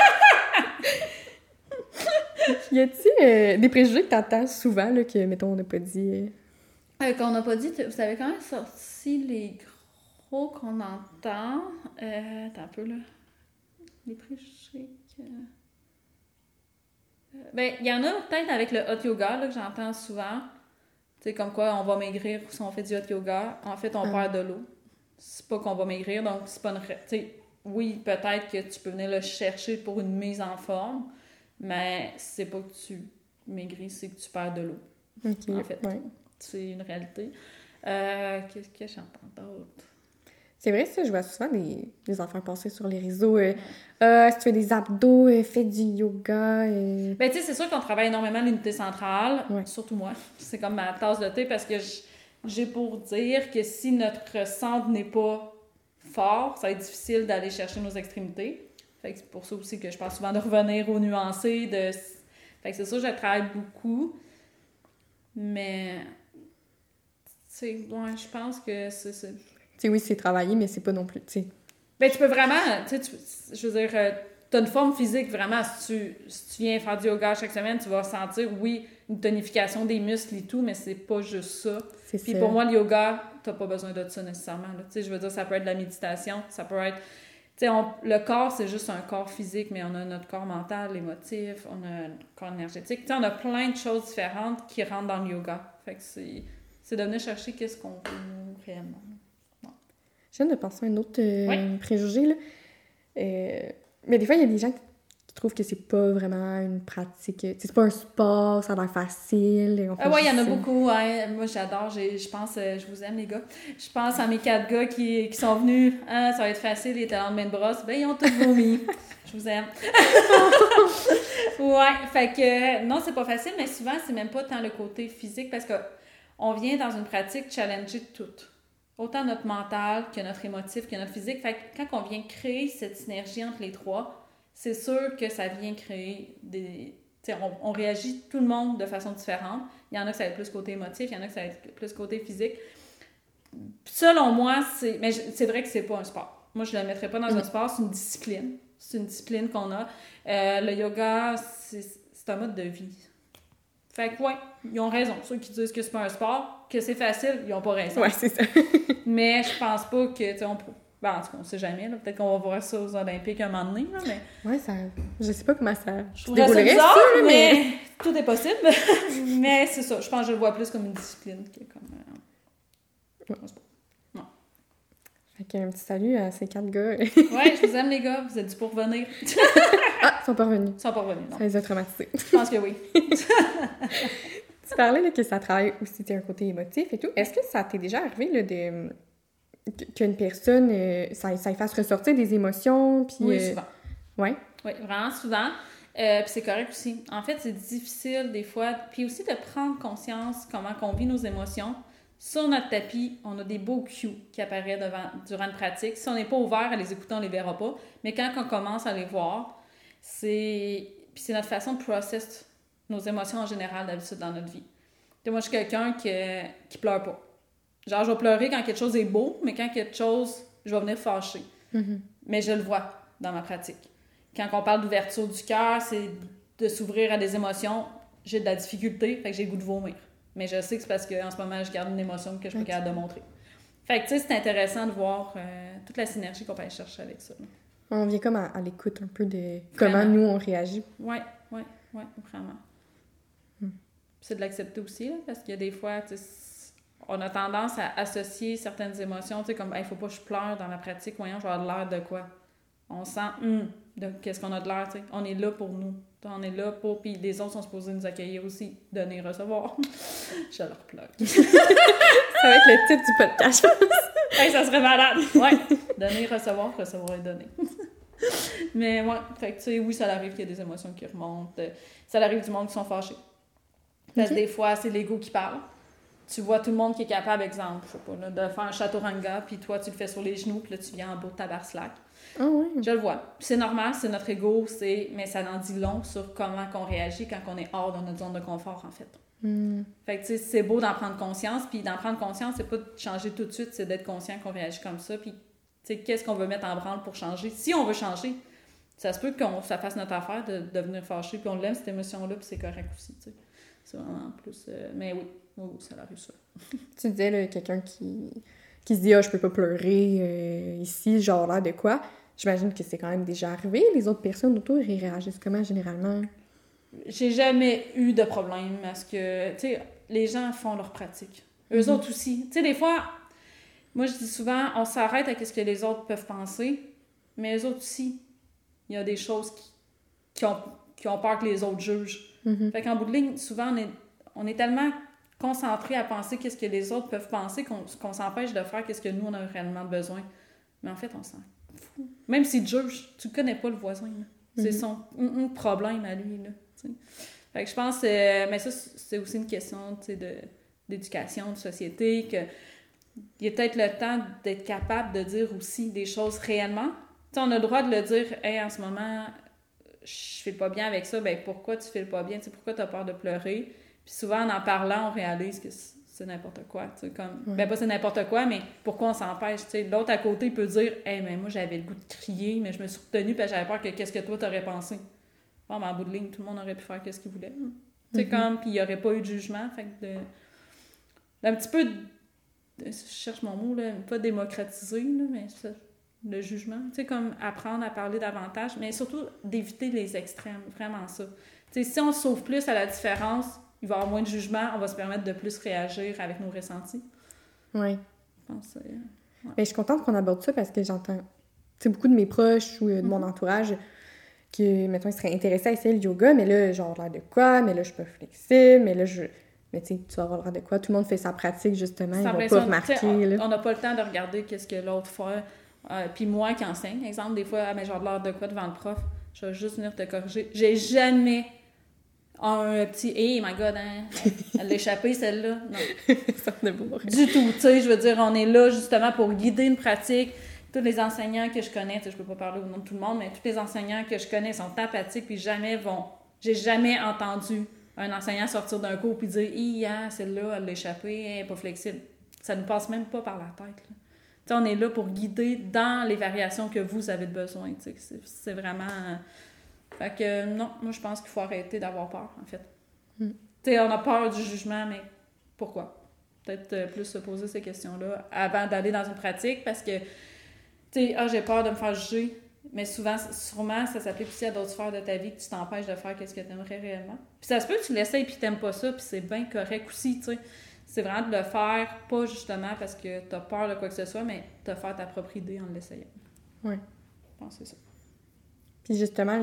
Y a-t-il des préjugés que t'entends souvent, là, que, mettons, on n'a pas dit... Qu'on n'a pas dit, vous avez quand même sorti les gros qu'on entend. Attends un peu, là. Les préjugés que... ben, il y en a peut-être avec le hot yoga, là, que j'entends souvent. Tu sais, comme quoi on va maigrir si on fait du hot yoga. En fait, on perd de l'eau. C'est pas qu'on va maigrir, donc c'est pas une... Tu sais, oui, peut-être que tu peux venir le chercher pour une mise en forme, mais c'est pas que tu maigris, c'est que tu perds de l'eau. Okay. En fait, ouais. C'est une réalité. Qu'est-ce que j'entends d'autre? C'est vrai, ça, je vois souvent des enfants passer sur les réseaux. Si tu fais des abdos, fais du yoga. Ben, tu sais, c'est sûr qu'on travaille énormément l'unité centrale, ouais. Surtout moi. C'est comme ma tasse de thé parce que j'ai pour dire que si notre centre n'est pas fort, ça va être difficile d'aller chercher nos extrémités. Fait que c'est pour ça aussi que je parle souvent de revenir au nuancé. Fait que c'est sûr, je travaille beaucoup. Mais, tu sais, ouais, je pense que c'est... Tu sais, oui, c'est travaillé, mais c'est pas non plus, tu sais. Ben, tu peux vraiment, tu sais, je veux dire, t'as une forme physique, vraiment, si tu viens faire du yoga chaque semaine, tu vas sentir, oui, une tonification des muscles et tout, mais c'est pas juste ça. Puis pour moi, le yoga, t'as pas besoin de ça nécessairement, là. Tu sais, je veux dire, ça peut être de la méditation, ça peut être... Tu sais, le corps, c'est juste un corps physique, mais on a notre corps mental, émotif, on a un corps énergétique. Tu sais, on a plein de choses différentes qui rentrent dans le yoga. Fait que c'est de venir chercher qu'est-ce qu'on veut réellement. Ouais. Je viens de penser à un autre préjugé, là. Mais des fois, il y a des gens qui trouvent que c'est pas vraiment une pratique. Tu sais, c'est pas un sport, ça a l'air facile. Oui, il y en a beaucoup. Hein. Moi, j'adore. Je pense, je vous aime, les gars. Je pense à mes 4 gars qui sont venus. Ah, ça va être facile, les talons de main de brosse. Ben, ils ont tous vomi. Je vous aime. Ouais, fait que non, c'est pas facile, mais souvent, c'est même pas tant le côté physique parce que on vient dans une pratique challenger tout. Autant notre mental que notre émotif, que notre physique. Fait que quand on vient créer cette synergie entre les trois, c'est sûr que ça vient créer des... T'sais, on réagit tout le monde de façon différente. Il y en a que ça va être plus côté émotif, il y en a que ça va être plus côté physique. Selon moi, mais c'est vrai que c'est pas un sport. Moi, je le mettrais pas dans un sport, c'est une discipline. C'est une discipline qu'on a. Le yoga, c'est un mode de vie. Fait que, ouais, ils ont raison. Ceux qui disent que c'est pas un sport, que c'est facile, ils ont pas raison. Ouais, c'est ça. Mais je pense pas que, tu sais, en tout cas, on sait jamais, là. Peut-être qu'on va voir ça aux Olympiques un moment donné, là, mais... Ouais, ça... Je sais pas comment ça... Je trouverais ça bizarre, mais tout est possible. Mais c'est ça. Je pense que je le vois plus comme une discipline que comme... Ouais. Non. Fait qu'un petit salut à ces 4 gars. Ouais, je vous aime, les gars. Vous êtes dû pour revenir. Ah, ils sont pas revenus. Ils sont pas revenus, non. Ça les a traumatisés. Je pense que oui. Tu parlais là, que ça travaille aussi un côté émotif et tout. Est-ce que ça t'est déjà arrivé là, qu'une personne, ça y fasse ressortir des émotions? Puis, oui, souvent. Ouais? Oui, vraiment souvent. Puis c'est correct aussi. En fait, c'est difficile des fois. Puis aussi de prendre conscience comment on vit nos émotions. Sur notre tapis, on a des beaux cues qui apparaissent durant une pratique. Si on n'est pas ouvert à les écouter, on ne les verra pas. Mais quand on commence à les voir, c'est notre façon de process nos émotions en général d'habitude dans notre vie. Et moi, je suis quelqu'un qui pleure pas. Genre, je vais pleurer quand quelque chose est beau, mais quand quelque chose, je vais venir fâcher. Mm-hmm. Mais je le vois dans ma pratique. quand on parle d'ouverture du cœur, c'est de s'ouvrir à des émotions. J'ai de la difficulté, fait que j'ai le goût de vomir. Mais je sais que c'est parce qu'en ce moment, je garde une émotion que je suis pas capable de montrer. Fait que, tu sais, c'est intéressant de voir toute la synergie qu'on peut aller chercher avec ça. Là. On vient comme à l'écoute un peu de comment nous, on réagit. Oui, vraiment. C'est de l'accepter aussi, là, parce qu'il y a des fois, tu sais, on a tendance à associer certaines émotions, tu sais, comme, il faut pas que je pleure dans la pratique, voyons, je vais avoir de l'air de quoi. On sent, de qu'est-ce qu'on a de l'air, tu sais. On est là pour nous. On est là pour, puis les autres sont supposés nous accueillir aussi, donner, recevoir. Je leur plug. Ça va être le titre du podcast, je pense. Hey, ça serait malade! Ouais. Donner, recevoir, recevoir et donner. Mais ouais, fait que tu sais, oui, ça arrive qu'il y a des émotions qui remontent. Ça arrive du monde qui sont fâchés. Parce que des fois, c'est l'ego qui parle. Tu vois tout le monde qui est capable, exemple, je sais pas, là, de faire un chaturanga, puis toi, tu le fais sur les genoux, puis là, tu viens en beau tabarslack. Ah oui. Je le vois. Puis c'est normal, c'est notre ego, mais ça en dit long sur comment qu'on réagit quand on est hors de notre zone de confort, en fait. Fait que, tu sais, c'est beau d'en prendre conscience, puis d'en prendre conscience, c'est pas de changer tout de suite, c'est d'être conscient qu'on réagit comme ça, puis, tu sais, qu'est-ce qu'on veut mettre en branle pour changer. Si on veut changer, ça se peut ça fasse notre affaire de devenir fâché, puis on l'aime, cette émotion-là, puis c'est correct aussi, tu sais. C'est vraiment plus... mais oui, ça arrive ça. Tu disais, là, quelqu'un qui se dit « Ah, je peux pas pleurer ici, genre l'air de quoi? » J'imagine que c'est quand même déjà arrivé. Les autres personnes autour, ils réagissent comment, généralement? J'ai jamais eu de problème parce que, tu sais, les gens font leur pratique. Eux autres aussi. Tu sais, des fois, moi, je dis souvent, on s'arrête à ce que les autres peuvent penser, mais eux autres aussi, il y a des choses qui ont peur que les autres jugent. Fait qu'en bout de ligne, souvent, on est tellement concentré à penser qu'est-ce que les autres peuvent penser qu'on s'empêche de faire qu'est-ce que nous, on a réellement besoin. Mais en fait, on s'en fout. Même s'il te juge, tu ne connais pas le voisin. Là. C'est son problème à lui. Là, t'sais. Fait que je pense... mais ça, c'est aussi une question d'éducation, de société, que il y a peut-être le temps d'être capable de dire aussi des choses réellement. T'sais, on a le droit de le dire, « Hey, en ce moment... je file pas bien avec ça, ben pourquoi tu files pas bien? T'sais, pourquoi tu as peur de pleurer? » Puis souvent, en parlant, on réalise que c'est n'importe quoi. Ben pas c'est n'importe quoi, mais pourquoi on s'empêche? T'sais? L'autre à côté peut dire « Hey, mais moi, j'avais le goût de crier, mais je me suis retenue parce que j'avais peur que qu'est-ce que toi, t'aurais pensé? » Bon, ben en bout de ligne, tout le monde aurait pu faire ce qu'il voulait. Puis il n'y aurait pas eu de jugement. Fait que un petit peu... je cherche mon mot, là, pas démocratiser, là, mais le jugement, tu sais, comme apprendre à parler davantage, mais surtout d'éviter les extrêmes, vraiment ça. Tu sais, si on s'ouvre plus à la différence, il va y avoir moins de jugement, on va se permettre de plus réagir avec nos ressentis. Oui. Je pense ouais. Mais je suis contente qu'on aborde ça parce que j'entends, tu sais, beaucoup de mes proches ou de mon entourage qui, mettons, ils seraient intéressés à essayer le yoga, mais là, genre, l'air de quoi? Mais là, je suis pas flexible, mais là, Mais tu sais, tu vas avoir l'air de quoi? Tout le monde fait sa pratique, justement, ils vont pas remarquer. On n'a pas le temps de regarder qu'est-ce que l'autre fait. Puis moi qui enseigne, exemple, des fois, mais j'ai l'air de quoi devant le prof? Je vais juste venir te corriger. J'ai jamais un petit « Hey, my God, hein? Elle l'a échappé, celle-là. » Non. Ça ne vaut rien. Du tout. Tu sais, je veux dire, on est là justement pour guider une pratique. Tous les enseignants que je connais, tu sais, je peux pas parler au nom de tout le monde, mais tous les enseignants que je connais sont empathiques puis jamais vont... J'ai jamais entendu un enseignant sortir d'un cours puis dire « Hi, celle-là, elle l'a échappé, elle n'est pas flexible. » Ça ne passe même pas par la tête, là. T'sais, on est là pour guider dans les variations que vous avez besoin. C'est vraiment... Fait que non, moi je pense qu'il faut arrêter d'avoir peur, en fait. T'sais, on a peur du jugement, mais pourquoi? Peut-être plus se poser ces questions-là avant d'aller dans une pratique, parce que j'ai peur de me faire juger, mais sûrement, ça s'applique aussi à d'autres sphères de ta vie que tu t'empêches de faire ce que tu aimerais réellement. Puis ça se peut que tu l'essayes puis tu n'aimes pas ça, puis c'est bien correct aussi, tu sais. C'est vraiment de le faire, pas justement parce que tu as peur de quoi que ce soit, mais de faire ta propre idée en l'essayant. Oui. Je pense que c'est ça. Puis justement,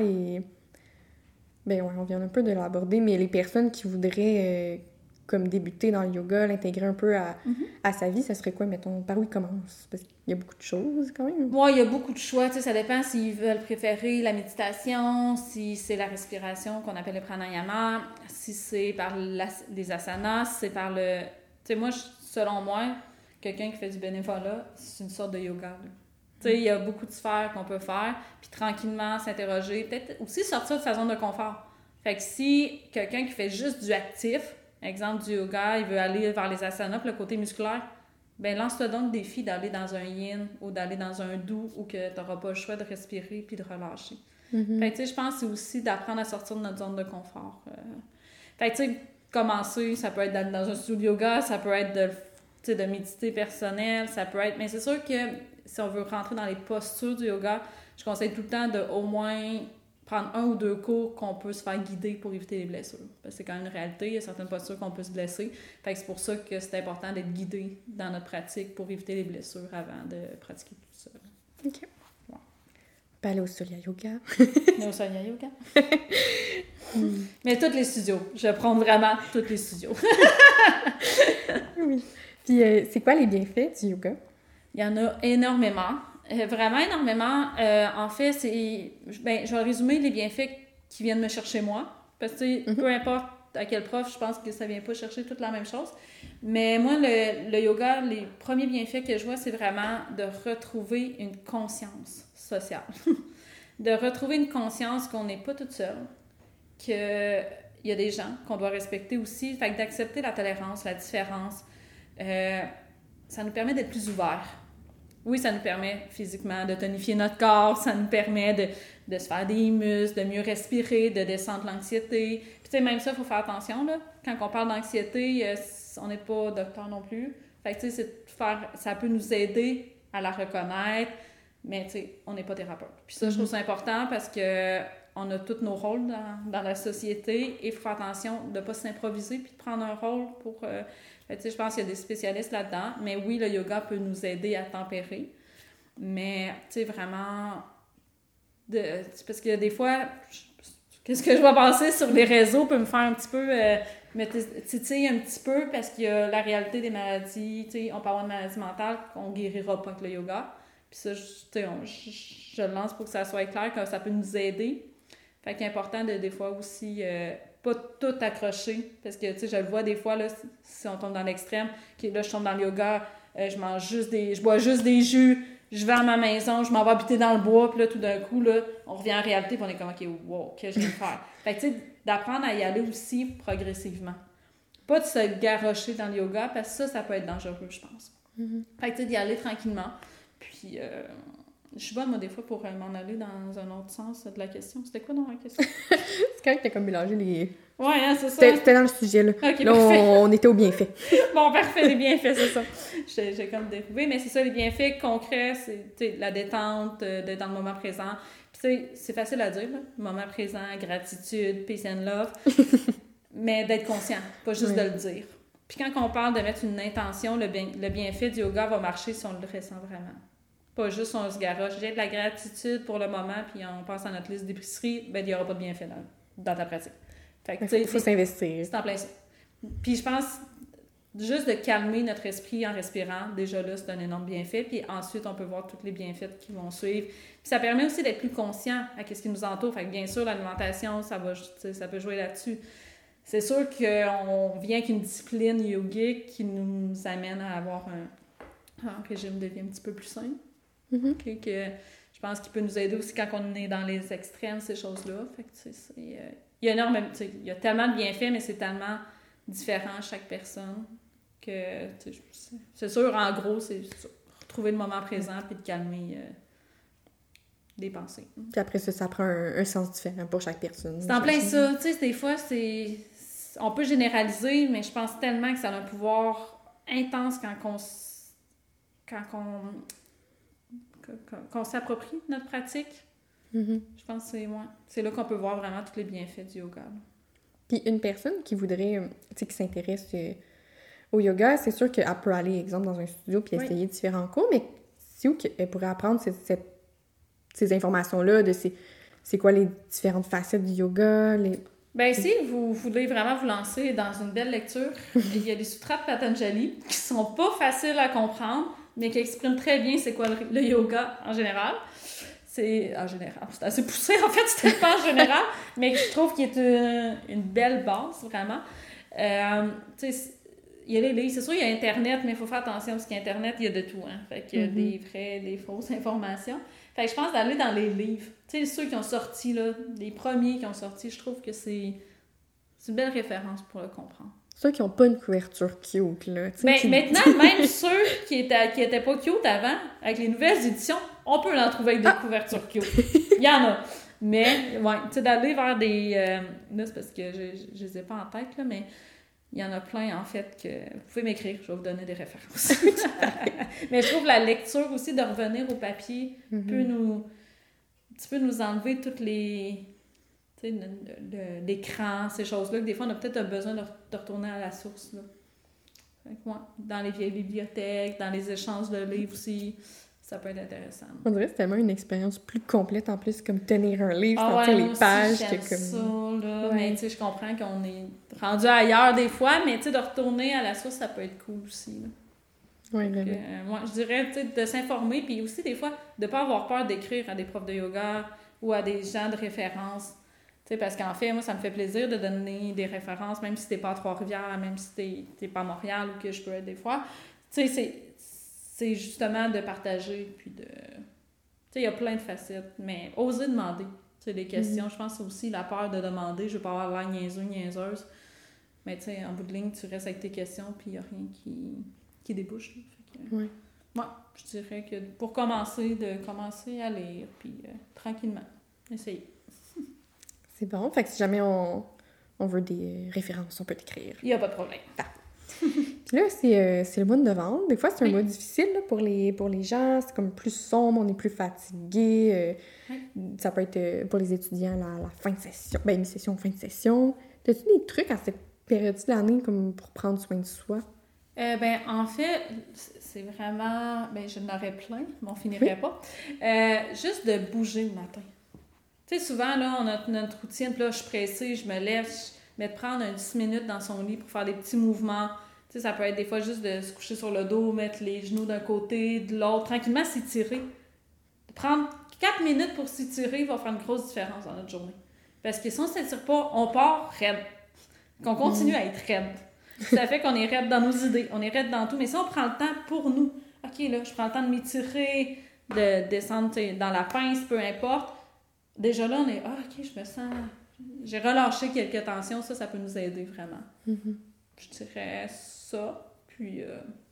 ben ouais, on vient un peu de l'aborder, mais les personnes qui voudraient comme débuter dans le yoga, l'intégrer un peu à sa vie, ça serait quoi, mettons, par où ils commencent? Parce qu'il y a beaucoup de choses, quand même. Oui, il y a beaucoup de choix, tu sais, ça dépend s'ils veulent préférer la méditation, si c'est la respiration qu'on appelle le pranayama, si c'est par les asanas, si c'est par le... Tu sais, moi, selon moi, quelqu'un qui fait du bénévolat, c'est une sorte de yoga, tu sais, il y a beaucoup de sphères qu'on peut faire, puis tranquillement s'interroger, peut-être aussi sortir de sa zone de confort. Fait que si quelqu'un qui fait juste du actif, exemple du yoga, il veut aller vers les asanas, puis le côté musculaire, ben lance-toi donc le défi d'aller dans un yin ou d'aller dans un doux où que tu n'auras pas le choix de respirer puis de relâcher. Fait que, tu sais, je pense que c'est aussi d'apprendre à sortir de notre zone de confort. Fait que, tu sais, commencer, ça peut être dans un studio de yoga, ça peut être de méditer personnel, ça peut être... Mais c'est sûr que si on veut rentrer dans les postures du yoga, je conseille tout le temps de au moins prendre 1 ou 2 cours qu'on peut se faire guider pour éviter les blessures. Parce que c'est quand même une réalité, il y a certaines postures qu'on peut se blesser. Fait que c'est pour ça que c'est important d'être guidé dans notre pratique pour éviter les blessures avant de pratiquer tout seul. OK. Bon. Pas aller au Solia Yoga. Au Solia Yoga. Mais tous les studios. Je prends vraiment tous les studios. Oui. Puis, c'est quoi les bienfaits du yoga? Il y en a énormément. Vraiment énormément. En fait, je vais résumer les bienfaits qui viennent me chercher moi. Parce que, peu importe à quel prof, je pense que ça vient pas chercher toute la même chose. Mais moi, le yoga, les premiers bienfaits que je vois, c'est vraiment de retrouver une conscience sociale. De retrouver une conscience qu'on n'est pas toute seule, qu'il y a des gens qu'on doit respecter aussi. Fait que d'accepter la tolérance, la différence, ça nous permet d'être plus ouverts. Oui, ça nous permet physiquement de tonifier notre corps, ça nous permet de se faire des muscles, de mieux respirer, de descendre l'anxiété. Puis tu sais, même ça, il faut faire attention, là. Quand on parle d'anxiété, on n'est pas docteur non plus. Fait que tu sais, ça peut nous aider à la reconnaître, mais tu sais, on n'est pas thérapeute. Puis ça, je trouve ça important parce que on a tous nos rôles dans la société et il faut faire attention de ne pas s'improviser puis de prendre un rôle pour... tu sais, je pense qu'il y a des spécialistes là-dedans, mais oui, le yoga peut nous aider à tempérer, mais tu sais, vraiment... parce que des fois, qu'est-ce que je vais penser sur les réseaux peut me faire un petit peu... me titiller un petit peu parce qu'il y a la réalité des maladies, tu sais, on peut avoir une maladie mentale qu'on guérira pas avec le yoga. Puis ça, je le lance pour que ça soit clair, que ça peut nous aider. Fait qu'il est important des fois aussi pas tout accrocher, parce que tu sais, je le vois des fois, là, si on tombe dans l'extrême, là, je tombe dans le yoga, je bois juste des jus, je vais à ma maison, je m'en vais habiter dans le bois, puis là, tout d'un coup, là, on revient en réalité, puis on est comme, OK, wow, qu'est-ce que je viens de faire? Fait que tu sais, d'apprendre à y aller aussi progressivement. Pas de se garrocher dans le yoga, parce que ça peut être dangereux, je pense. Fait que tu sais, d'y aller tranquillement. Puis, je suis bonne, moi, des fois, pour m'en aller dans un autre sens de la question. C'était quoi dans la question? C'est quand même que t'as comme mélangé les... Ouais, hein, c'est ça. C'était dans le sujet, là. Okay, là, on était au bienfait. Bon, parfait, les bienfaits, c'est ça. J'ai comme découvert, mais c'est ça, les bienfaits concrets, c'est la détente, d'être dans le moment présent. Puis, c'est facile à dire, là. Moment présent, gratitude, peace and love. Mais d'être conscient, pas juste de le dire. Puis quand on parle de mettre une intention, le bienfait du yoga va marcher si on le ressent vraiment. Pas juste on se garoche. J'ai de la gratitude pour le moment, puis on passe à notre liste d'épicerie, ben il n'y aura pas de bienfait dans ta pratique. Fait que, il faut s'investir. C'est en plein ça. Puis je pense juste de calmer notre esprit en respirant, déjà là, c'est un énorme bienfait. Puis ensuite, on peut voir tous les bienfaits qui vont suivre. Puis ça permet aussi d'être plus conscient à ce qui nous entoure. Fait que bien sûr, l'alimentation, ça peut jouer là-dessus. C'est sûr qu'on vient avec une discipline yogique qui nous amène à avoir un régime de vie un petit peu plus sain. Okay, que je pense qu'il peut nous aider aussi quand on est dans les extrêmes, ces choses-là. Fait que, il y a énormément, il y a tellement de bienfaits, mais c'est tellement différent à chaque personne que c'est sûr, en gros, c'est retrouver le moment présent puis de calmer des pensées. Puis après ça prend un sens différent pour chaque personne. C'est en plein ça. Tu sais, des fois, on peut généraliser, mais je pense tellement que ça a un pouvoir intense qu'on s'approprie notre pratique. Je pense que c'est là qu'on peut voir vraiment tous les bienfaits du yoga. Puis une personne qui voudrait, qui s'intéresse au yoga, c'est sûr qu'elle peut aller, exemple, dans un studio puis essayer différents cours, mais c'est où qu'elle pourrait apprendre ces informations-là, de c'est quoi les différentes facettes du yoga, Ben si vous voulez vraiment vous lancer dans une belle lecture, il y a les sutras de Patanjali qui sont pas faciles à comprendre, mais qui expriment très bien c'est quoi le yoga en général. C'est assez poussé en fait, c'était pas en général, mais je trouve qu'il est une belle base vraiment. Tu sais, il y a les livres, c'est sûr il y a Internet, mais il faut faire attention parce qu'Internet il y a de tout, hein. Fait qu'il y a des vraies, des fausses informations. Fait que je pense d'aller dans les livres. Tu sais, ceux qui ont sorti, là, les premiers qui ont sorti, je trouve que c'est une belle référence pour le comprendre. Ceux qui n'ont pas une couverture cute, là. Mais maintenant, même ceux qui étaient pas cute avant, avec les nouvelles éditions, on peut en trouver avec des couvertures cute. Il y en a. Mais, ouais, tu sais, d'aller vers des... là, c'est parce que je les ai pas en tête, là, mais il y en a plein, en fait, que... Vous pouvez m'écrire, je vais vous donner des références. Mais je trouve la lecture aussi, de revenir au papier, peut nous... Un petit peu nous enlever toutes les... Tu sais, l'écran, ces choses-là, que des fois, on a peut-être besoin de retourner à la source, là. Fait que, ouais, dans les vieilles bibliothèques, dans les échanges de livres aussi... Ça peut être intéressant. On dirait que c'est tellement une expérience plus complète en plus, comme tenir un livre, Ah sentir ouais, les moi pages. aussi, j'aime que comme... ça, là. Ouais. Mais tu sais, je comprends qu'on est rendu ailleurs des fois, mais tu sais, de retourner à la source, ça peut être cool aussi. Là. Oui, vraiment. Moi, je dirais, tu sais, de s'informer, puis aussi des fois, de ne pas avoir peur d'écrire à des profs de yoga ou à des gens de référence. Tu sais, parce qu'en fait, moi, ça me fait plaisir de donner des références, même si t'es pas à Trois-Rivières, même si t'es pas à Montréal ou que je peux être des fois. Tu sais, c'est justement de partager, puis de... Tu sais, il y a plein de facettes, mais oser demander, tu sais, des questions. Je pense que c'est aussi la peur de demander. Je veux pas avoir l'air niaiseuse. Mais tu sais, en bout de ligne, tu restes avec tes questions, puis il n'y a rien qui débouche. Là. Fait que, Oui. moi, je dirais que pour commencer, de commencer à lire, puis tranquillement, essayer. C'est bon. Fait que si jamais on veut des références, on peut t'écrire. Il n'y a pas de problème. Puis là, c'est le mois de novembre. Des fois, c'est un Oui. mois difficile là, pour les gens. C'est comme plus sombre, on est plus fatigué. Ça peut être pour les étudiants la fin de session. Ben, une session, fin de session. T'as-tu des trucs à cette période de l'année comme pour prendre soin de soi? Ben, en fait, c'est vraiment... Ben, je n'aurais plein, mais on finirait pas. Juste de bouger le matin. Tu sais, souvent, là, on a notre routine, puis là, je suis pressée, je me lève, mais de prendre 10 minutes dans son lit pour faire des petits mouvements. Tu sais, ça peut être des fois juste de se coucher sur le dos, mettre les genoux d'un côté, de l'autre, tranquillement s'étirer. De prendre 4 minutes pour s'étirer va faire une grosse différence dans notre journée. Parce que si on ne s'étire pas, on part raide. Qu'on continue à être raide. Ça fait qu'on est raide dans nos idées, on est raide dans tout. Mais si on prend le temps pour nous, OK, là, je prends le temps de m'étirer, de descendre dans la pince, peu importe. Déjà là, on est, OK, je me sens... J'ai relâché quelques tensions, ça peut nous aider vraiment. Je dirais ça, puis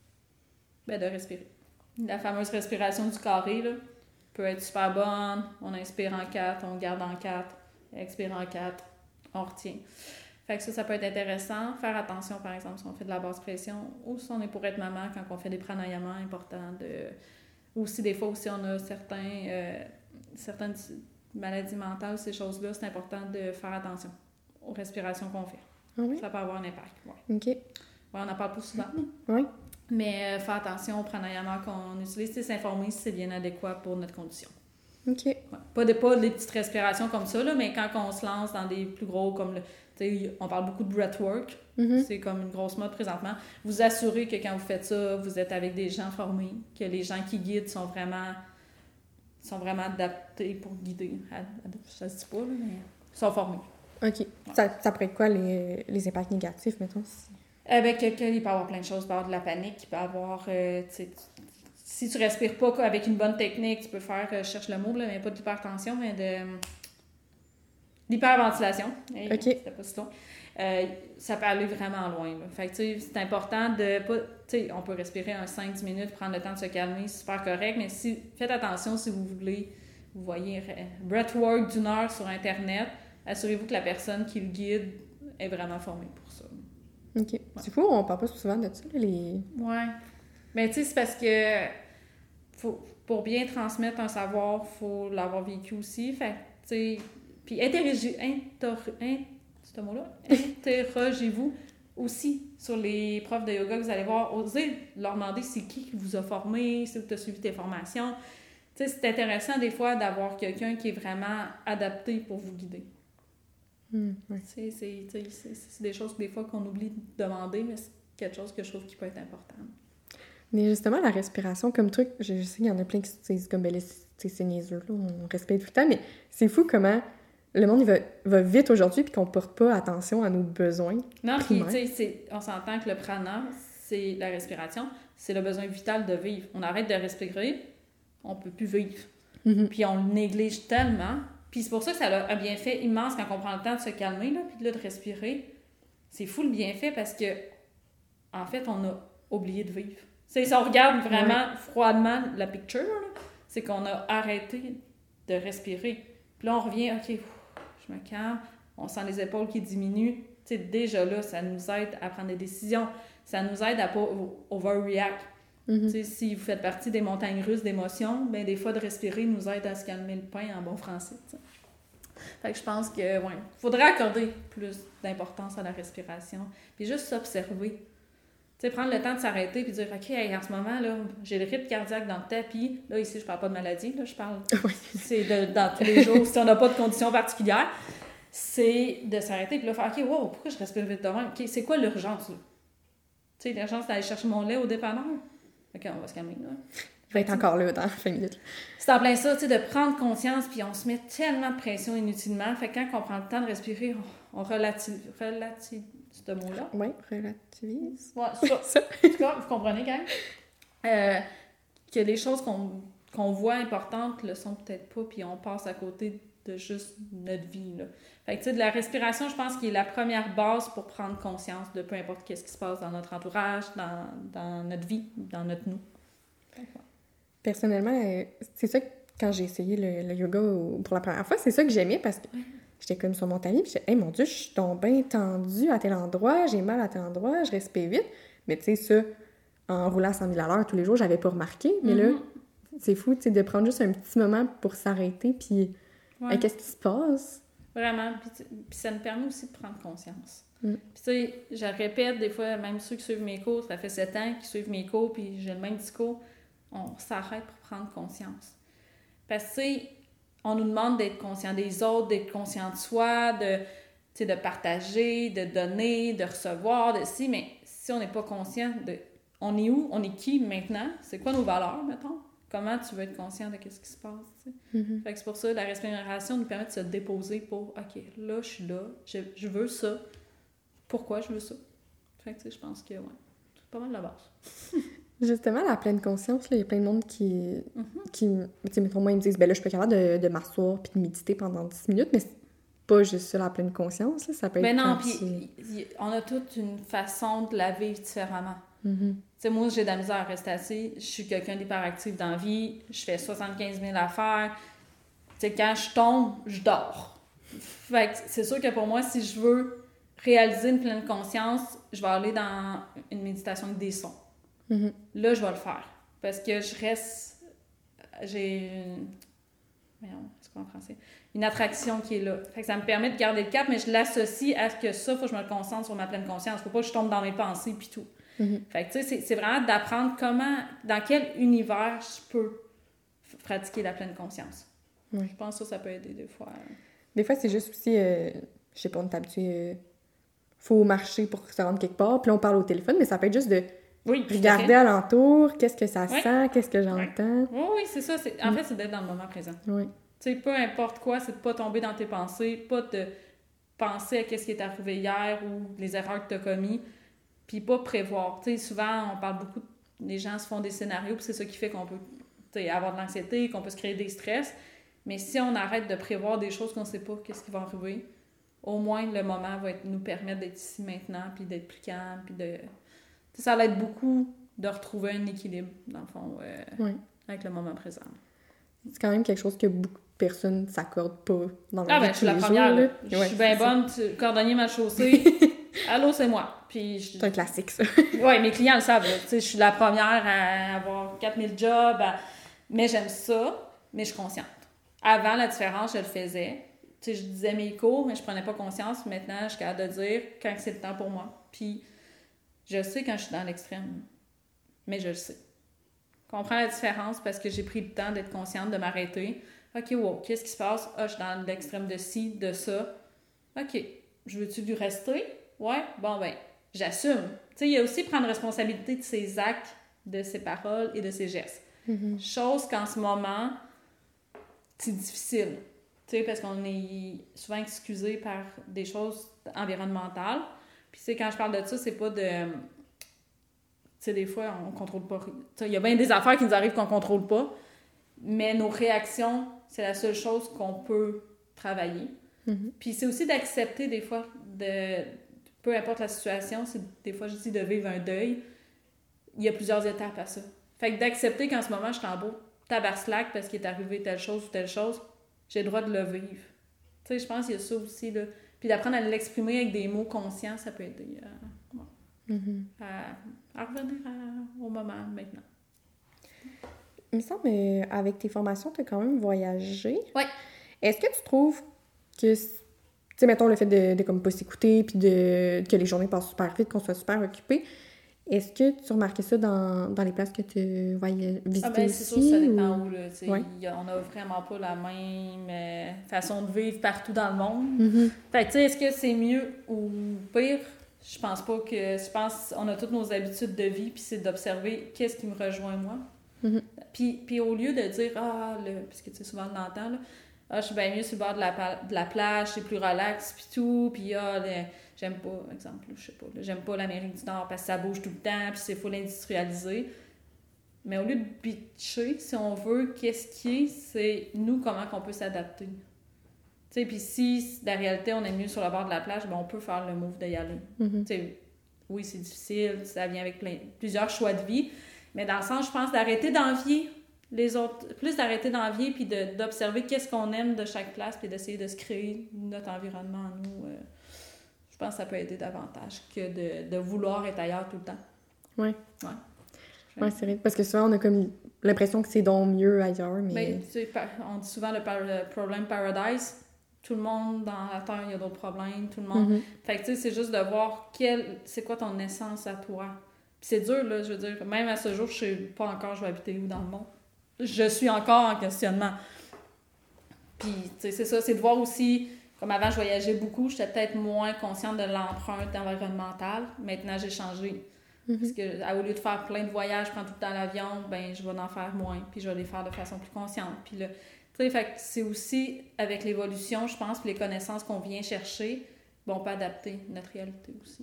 de respirer. La fameuse respiration du carré, là, peut être super bonne. On inspire en 4, on garde en 4, expire en 4, on retient. Fait que ça peut être intéressant. Faire attention, par exemple, si on fait de la basse pression ou si on est pour être maman, quand on fait des pranayamas importants. Ou si des fois aussi on a certaines maladies mentales, ces choses-là, c'est important de faire attention aux respirations qu'on fait. Ah oui? Ça peut avoir un impact. Ouais. OK. Ouais, on n'en parle pas souvent. Oui. Mais faire attention au pranayama qu'on utilise, c'est s'informer si c'est bien adéquat pour notre condition. OK. Ouais. Pas des petites respirations comme ça, là, mais quand on se lance dans des plus gros, comme on parle beaucoup de breathwork, c'est comme une grosse mode présentement. Vous assurez que quand vous faites ça, vous êtes avec des gens formés, que les gens qui guident sont vraiment adaptés pour guider. Ça se dit pas, là, mais ils sont formés. OK. Ça pourrait être quoi les impacts négatifs, mettons? Quelqu'un, il peut avoir plein de choses. Il peut avoir de la panique, il peut avoir... si tu respires pas avec une bonne technique, tu peux faire, je cherche le mot, là, mais pas de l'hypertension, mais de l'hyperventilation. Hey, OK. C'était pas si long. Ça peut aller vraiment loin. Là. Fait que, c'est important de pas... On peut respirer 5-10 minutes, prendre le temps de se calmer, c'est super correct, mais faites attention si vous voulez. Vous voyez breathwork d'1 heure sur Internet. Assurez-vous que la personne qui le guide est vraiment formée pour ça. OK. Ouais. C'est fou, on parle pas souvent de ça, là, Ouais. Mais c'est parce que pour bien transmettre un savoir, il faut l'avoir vécu aussi. Fait puis ce mot-là, interrogez-vous aussi sur les profs de yoga que vous allez voir. Osez leur demander c'est qui vous a formé, c'est où tu as suivi tes formations. C'est intéressant des fois d'avoir quelqu'un qui est vraiment adapté pour vous guider. Ouais. C'est des choses des fois qu'on oublie de demander, mais c'est quelque chose que je trouve qui peut être important. Mais justement, la respiration comme truc, je sais qu'il y en a plein qui se disent comme, ben là, c'est niaiseux, là, on respire tout le temps, mais c'est fou comment le monde il va vite aujourd'hui puis qu'on porte pas attention à nos besoins. Non, puis on s'entend que le prana, c'est la respiration, c'est le besoin vital de vivre. On arrête de respirer, on peut plus vivre. Puis on le néglige tellement. Puis c'est pour ça que ça a un bienfait immense quand on prend le temps de se calmer, là, puis là, de respirer. C'est fou le bienfait parce que, en fait, on a oublié de vivre. Si on regarde vraiment froidement la picture, là, c'est qu'on a arrêté de respirer. Puis là, on revient, OK, je me calme, on sent les épaules qui diminuent. Tu sais, déjà là, ça nous aide à prendre des décisions. Ça nous aide à pas overreact. Tu sais, si vous faites partie des montagnes russes d'émotions, bien, des fois, de respirer nous aide à se calmer le pain en bon français, tu sais. Fait que je pense que, ouais, faudrait accorder plus d'importance à la respiration. Puis juste s'observer. Tu sais, prendre le temps de s'arrêter puis dire, OK, hey, en ce moment, là, j'ai le rythme cardiaque dans le tapis. Là, ici, je parle pas de maladie, là, je parle... c'est dans tous les jours, si on n'a pas de conditions particulières, c'est de s'arrêter puis là, faire, OK, wow, pourquoi je respire vite devant? OK, c'est quoi l'urgence, là? Tu sais, l'urgence d'aller chercher mon lait au dépanneur. OK, on va se calmer, là. Je vais être encore là dans 5 minutes. C'est en plein ça, tu sais, de prendre conscience, puis on se met tellement de pression inutilement. Fait que quand on prend le temps de respirer, on relativise ce mot-là. Oui, relativise. Ouais, ça. En tout cas, vous comprenez, quand même? Que les choses qu'on voit importantes le sont peut-être pas, puis on passe à côté de juste notre vie, là. Fait que, tu sais, de la respiration, je pense qu'il est la première base pour prendre conscience de peu importe qu'est-ce qui se passe dans notre entourage, dans notre vie, dans notre nous. Personnellement, c'est ça que quand j'ai essayé le yoga pour la première fois, c'est ça que j'aimais parce que j'étais comme sur mon tapis, puis j'étais, hey, mon Dieu, je suis tombée tendue à tel endroit, j'ai mal à tel endroit, je respire vite. Mais tu sais, ça, en roulant à 100 000 à l'heure tous les jours, j'avais pas remarqué. Mais là, c'est fou, tu sais, de prendre juste un petit moment pour s'arrêter, puis hey, qu'est-ce qui se passe? Vraiment, puis ça nous permet aussi de prendre conscience. Puis tu sais, je répète, des fois, même ceux qui suivent mes cours, ça fait 7 ans qu'ils suivent mes cours, puis j'ai le même discours, on s'arrête pour prendre conscience. Parce que, tu sais, on nous demande d'être conscient des autres, d'être conscient de soi, de partager, de donner, de recevoir, mais si on n'est pas conscient de on est où, on est qui maintenant, c'est quoi nos valeurs, mettons, comment tu veux être conscient de ce qui se passe, tu sais. Fait que c'est pour ça, la respiration nous permet de se déposer pour, OK, là, je suis là, je veux ça, pourquoi je veux ça. Fait que, tu sais, je pense que, ouais, c'est pas mal la base. Justement, la pleine conscience, il y a plein de monde qui tu sais, mettons, moi, ils me disent, ben là, je peux être capable de m'asseoir puis de méditer pendant 10 minutes, mais c'est pas juste ça, la pleine conscience, là, ça peut être... Mais non, puis on a toute une façon de la vivre différemment. Tu sais, moi, j'ai de la misère à rester assis, je suis quelqu'un d'hyperactif dans la vie, je fais 75 000 affaires, tu sais, quand je tombe, je dors. Fait que c'est sûr que pour moi, si je veux réaliser une pleine conscience, je vais aller dans une méditation avec des sons. Là, je vais le faire. Parce que je reste... J'ai c'est quoi en français? Une attraction qui est là. Fait que ça me permet de garder le cap, mais je l'associe à ce que ça, il faut que je me concentre sur ma pleine conscience. Faut pas que je tombe dans mes pensées puis tout. Fait que, tu sais, c'est vraiment d'apprendre dans quel univers je peux pratiquer la pleine conscience. Je pense que ça peut aider des fois. Des fois, c'est juste aussi... je sais pas, on est habitué... faut marcher pour se rendre quelque part, puis là, on parle au téléphone, mais ça peut être juste de... regarder alentour, qu'est-ce que ça sent, qu'est-ce que j'entends. Oui, c'est ça. En fait, c'est d'être dans le moment présent. Tu sais, peu importe quoi, c'est de pas tomber dans tes pensées, pas de penser à qu'est-ce qui est arrivé hier ou les erreurs que tu as commis, puis pas prévoir. Tu sais, souvent, on parle beaucoup, les gens se font des scénarios, puis c'est ça qui fait qu'on peut avoir de l'anxiété, qu'on peut se créer des stress. Mais si on arrête de prévoir des choses qu'on sait pas qu'est-ce qui va arriver, au moins, le moment va nous permettre d'être ici maintenant, puis d'être plus calme, puis de... Ça l'aide beaucoup de retrouver un équilibre, dans le fond, avec le moment présent. C'est quand même quelque chose que beaucoup de personnes ne s'accordent pas dans leur vie je suis la première, là. Je suis bien bonne, cordonnier mal chaussé. Allô, c'est moi. Puis c'est un classique, ça. Oui, mes clients le savent. Je suis la première à avoir 4000 jobs, mais j'aime ça, mais je suis consciente. Avant, la différence, je le faisais. Je disais mes cours, mais je prenais pas conscience. Maintenant, je suis capable de dire quand c'est le temps pour moi. Puis je sais quand je suis dans l'extrême, mais je le sais. Je comprends la différence parce que j'ai pris le temps d'être consciente, de m'arrêter. OK, wow, qu'est-ce qui se passe? Ah, je suis dans l'extrême de ci, de ça. OK, je veux-tu lui rester? Ouais, bon, ben, j'assume. Tu sais, il y a aussi prendre responsabilité de ses actes, de ses paroles et de ses gestes. Chose qu'en ce moment, c'est difficile. Tu sais, parce qu'on est souvent excusé par des choses environnementales. Puis, tu sais, quand je parle de ça, c'est pas de... Tu sais, des fois, on contrôle pas... Il y a bien des affaires qui nous arrivent qu'on contrôle pas, mais nos réactions, c'est la seule chose qu'on peut travailler. Puis c'est aussi d'accepter, des fois, peu importe la situation, c'est des fois, je dis de vivre un deuil, il y a plusieurs étapes à ça. Fait que d'accepter qu'en ce moment, je suis en beau tabarslack parce qu'il est arrivé telle chose ou telle chose, j'ai le droit de le vivre. Tu sais, je pense qu'il y a ça aussi, là. Puis d'apprendre à l'exprimer avec des mots conscients, ça peut aider à revenir au moment maintenant. Il me semble, avec tes formations, tu as quand même voyagé. Oui. Est-ce que tu trouves que, tu sais, mettons, le fait de comme pas s'écouter, puis que les journées passent super vite, qu'on soit super occupé, est-ce que tu remarquais ça dans les places que tu voyais visiter aussi? C'est sûr, ça dépend où, là. Ouais. On n'a vraiment pas la même façon de vivre partout dans le monde. Mm-hmm. Fait que, tu sais, est-ce que c'est mieux ou pire? Je pense pas que... Je pense qu'on a toutes nos habitudes de vie, puis c'est d'observer qu'est-ce qui me rejoint moi. Mm-hmm. Puis au lieu de dire, parce que tu sais, souvent on l'entend, là, je suis bien mieux sur le bord de la plage, c'est plus relax, puis tout, puis j'aime pas, exemple, je sais pas, là, j'aime pas l'Amérique du Nord parce que ça bouge tout le temps, puis c'est full industrialisé. Mais au lieu de bitcher, si on veut, qu'est-ce qui est, c'est nous, comment qu'on peut s'adapter. Tu sais, puis si la réalité, on est mieux sur le bord de la plage, ben on peut faire le move d'y aller. Mm-hmm. Tu sais, oui, c'est difficile, ça vient avec plusieurs choix de vie, mais dans le sens, je pense, d'arrêter d'envier les autres, plus d'arrêter d'envier puis d'observer qu'est-ce qu'on aime de chaque place puis d'essayer de se créer notre environnement à nous. Je pense que ça peut aider davantage que de vouloir être ailleurs tout le temps. Oui. Ouais, c'est vrai. Parce que souvent, on a comme l'impression que c'est donc mieux ailleurs, mais... Tu sais, on dit souvent le problème paradise. Tout le monde dans la Terre, il y a d'autres problèmes. Tout le monde... Mm-hmm. Fait que tu sais, c'est juste de voir c'est quoi ton essence à toi. Puis c'est dur, là, je veux dire. Même à ce jour, je sais pas encore je vais habiter où dans le monde. Je suis encore en questionnement. Puis, tu sais, c'est ça, c'est de voir aussi, comme avant, je voyageais beaucoup, j'étais peut-être moins consciente de l'empreinte environnementale. Maintenant, j'ai changé. Mm-hmm. Parce que, au lieu de faire plein de voyages, je prends tout le temps l'avion, ben je vais en faire moins, puis je vais les faire de façon plus consciente. Puis là, tu sais, fait que c'est aussi avec l'évolution, je pense, puis les connaissances qu'on vient chercher, ben, on peut adapter notre réalité aussi.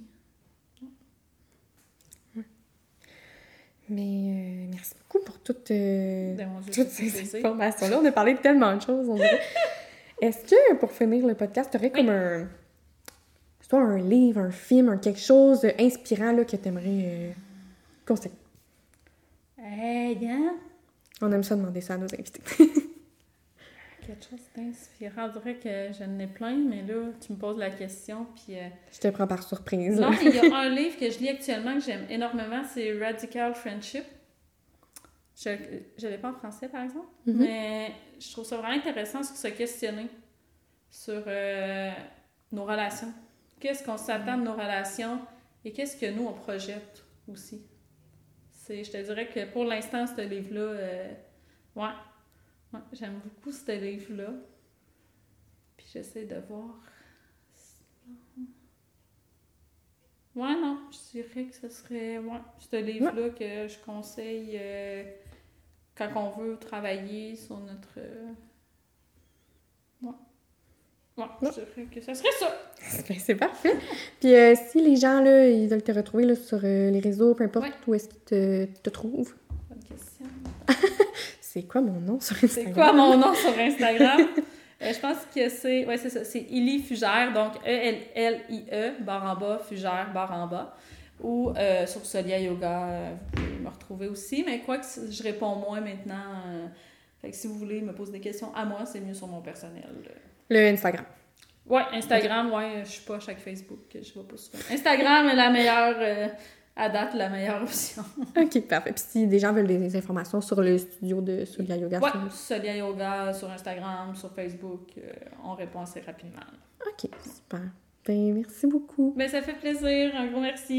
Mais merci beaucoup pour toutes ces informations. informations-là. On a parlé de tellement de choses, on dirait. Est-ce que, pour finir le podcast, tu aurais comme soit un livre, un film, quelque chose inspirant là, que tu aimerais conseiller? On aime ça demander ça à nos invités. Quelque chose d'inspirant. Je dirais que j'en ai plein, mais là, tu me poses la question, puis... Je te prends par surprise. Non, mais il y a un livre que je lis actuellement que j'aime énormément, c'est Radical Friendship. Je ne l'ai pas en français, par exemple, mais je trouve ça vraiment intéressant sur se questionner sur nos relations. Qu'est-ce qu'on s'attend de nos relations et qu'est-ce que nous, on projette aussi. Je te dirais que pour l'instant, ce livre-là, ouais, j'aime beaucoup ce livre-là. Puis j'essaie de voir... Ouais, non, je dirais que ce serait ce livre-là que je conseille quand on veut travailler sur notre... je dirais que ce serait ça. Ben, c'est parfait. Puis si les gens, là, ils veulent te retrouver là, sur les réseaux, peu importe où est-ce qu'ils te trouvent? Bonne question. C'est quoi mon nom sur Instagram? C'est quoi mon nom sur Instagram? Je pense que c'est... Ouais, c'est ça. C'est Élie Fugère, donc E-L-L-I-E, barre en bas, Fugère, barre en bas. Ou sur Solia Yoga, vous pouvez me retrouver aussi. Mais quoi que je réponds moins maintenant. Fait que si vous voulez me poser des questions à moi, c'est mieux sur mon personnel. Le Instagram. Ouais, Instagram, je suis pas à chaque Facebook, je vois pas souvent. Instagram est la meilleure... à date, la meilleure option. OK, parfait. Puis si des gens veulent des informations sur le studio de Solia Yoga... Ouais, Solia Yoga sur Instagram, sur Facebook, on répond assez rapidement. OK, super. Ben, merci beaucoup. Ben, ça fait plaisir. Un gros merci.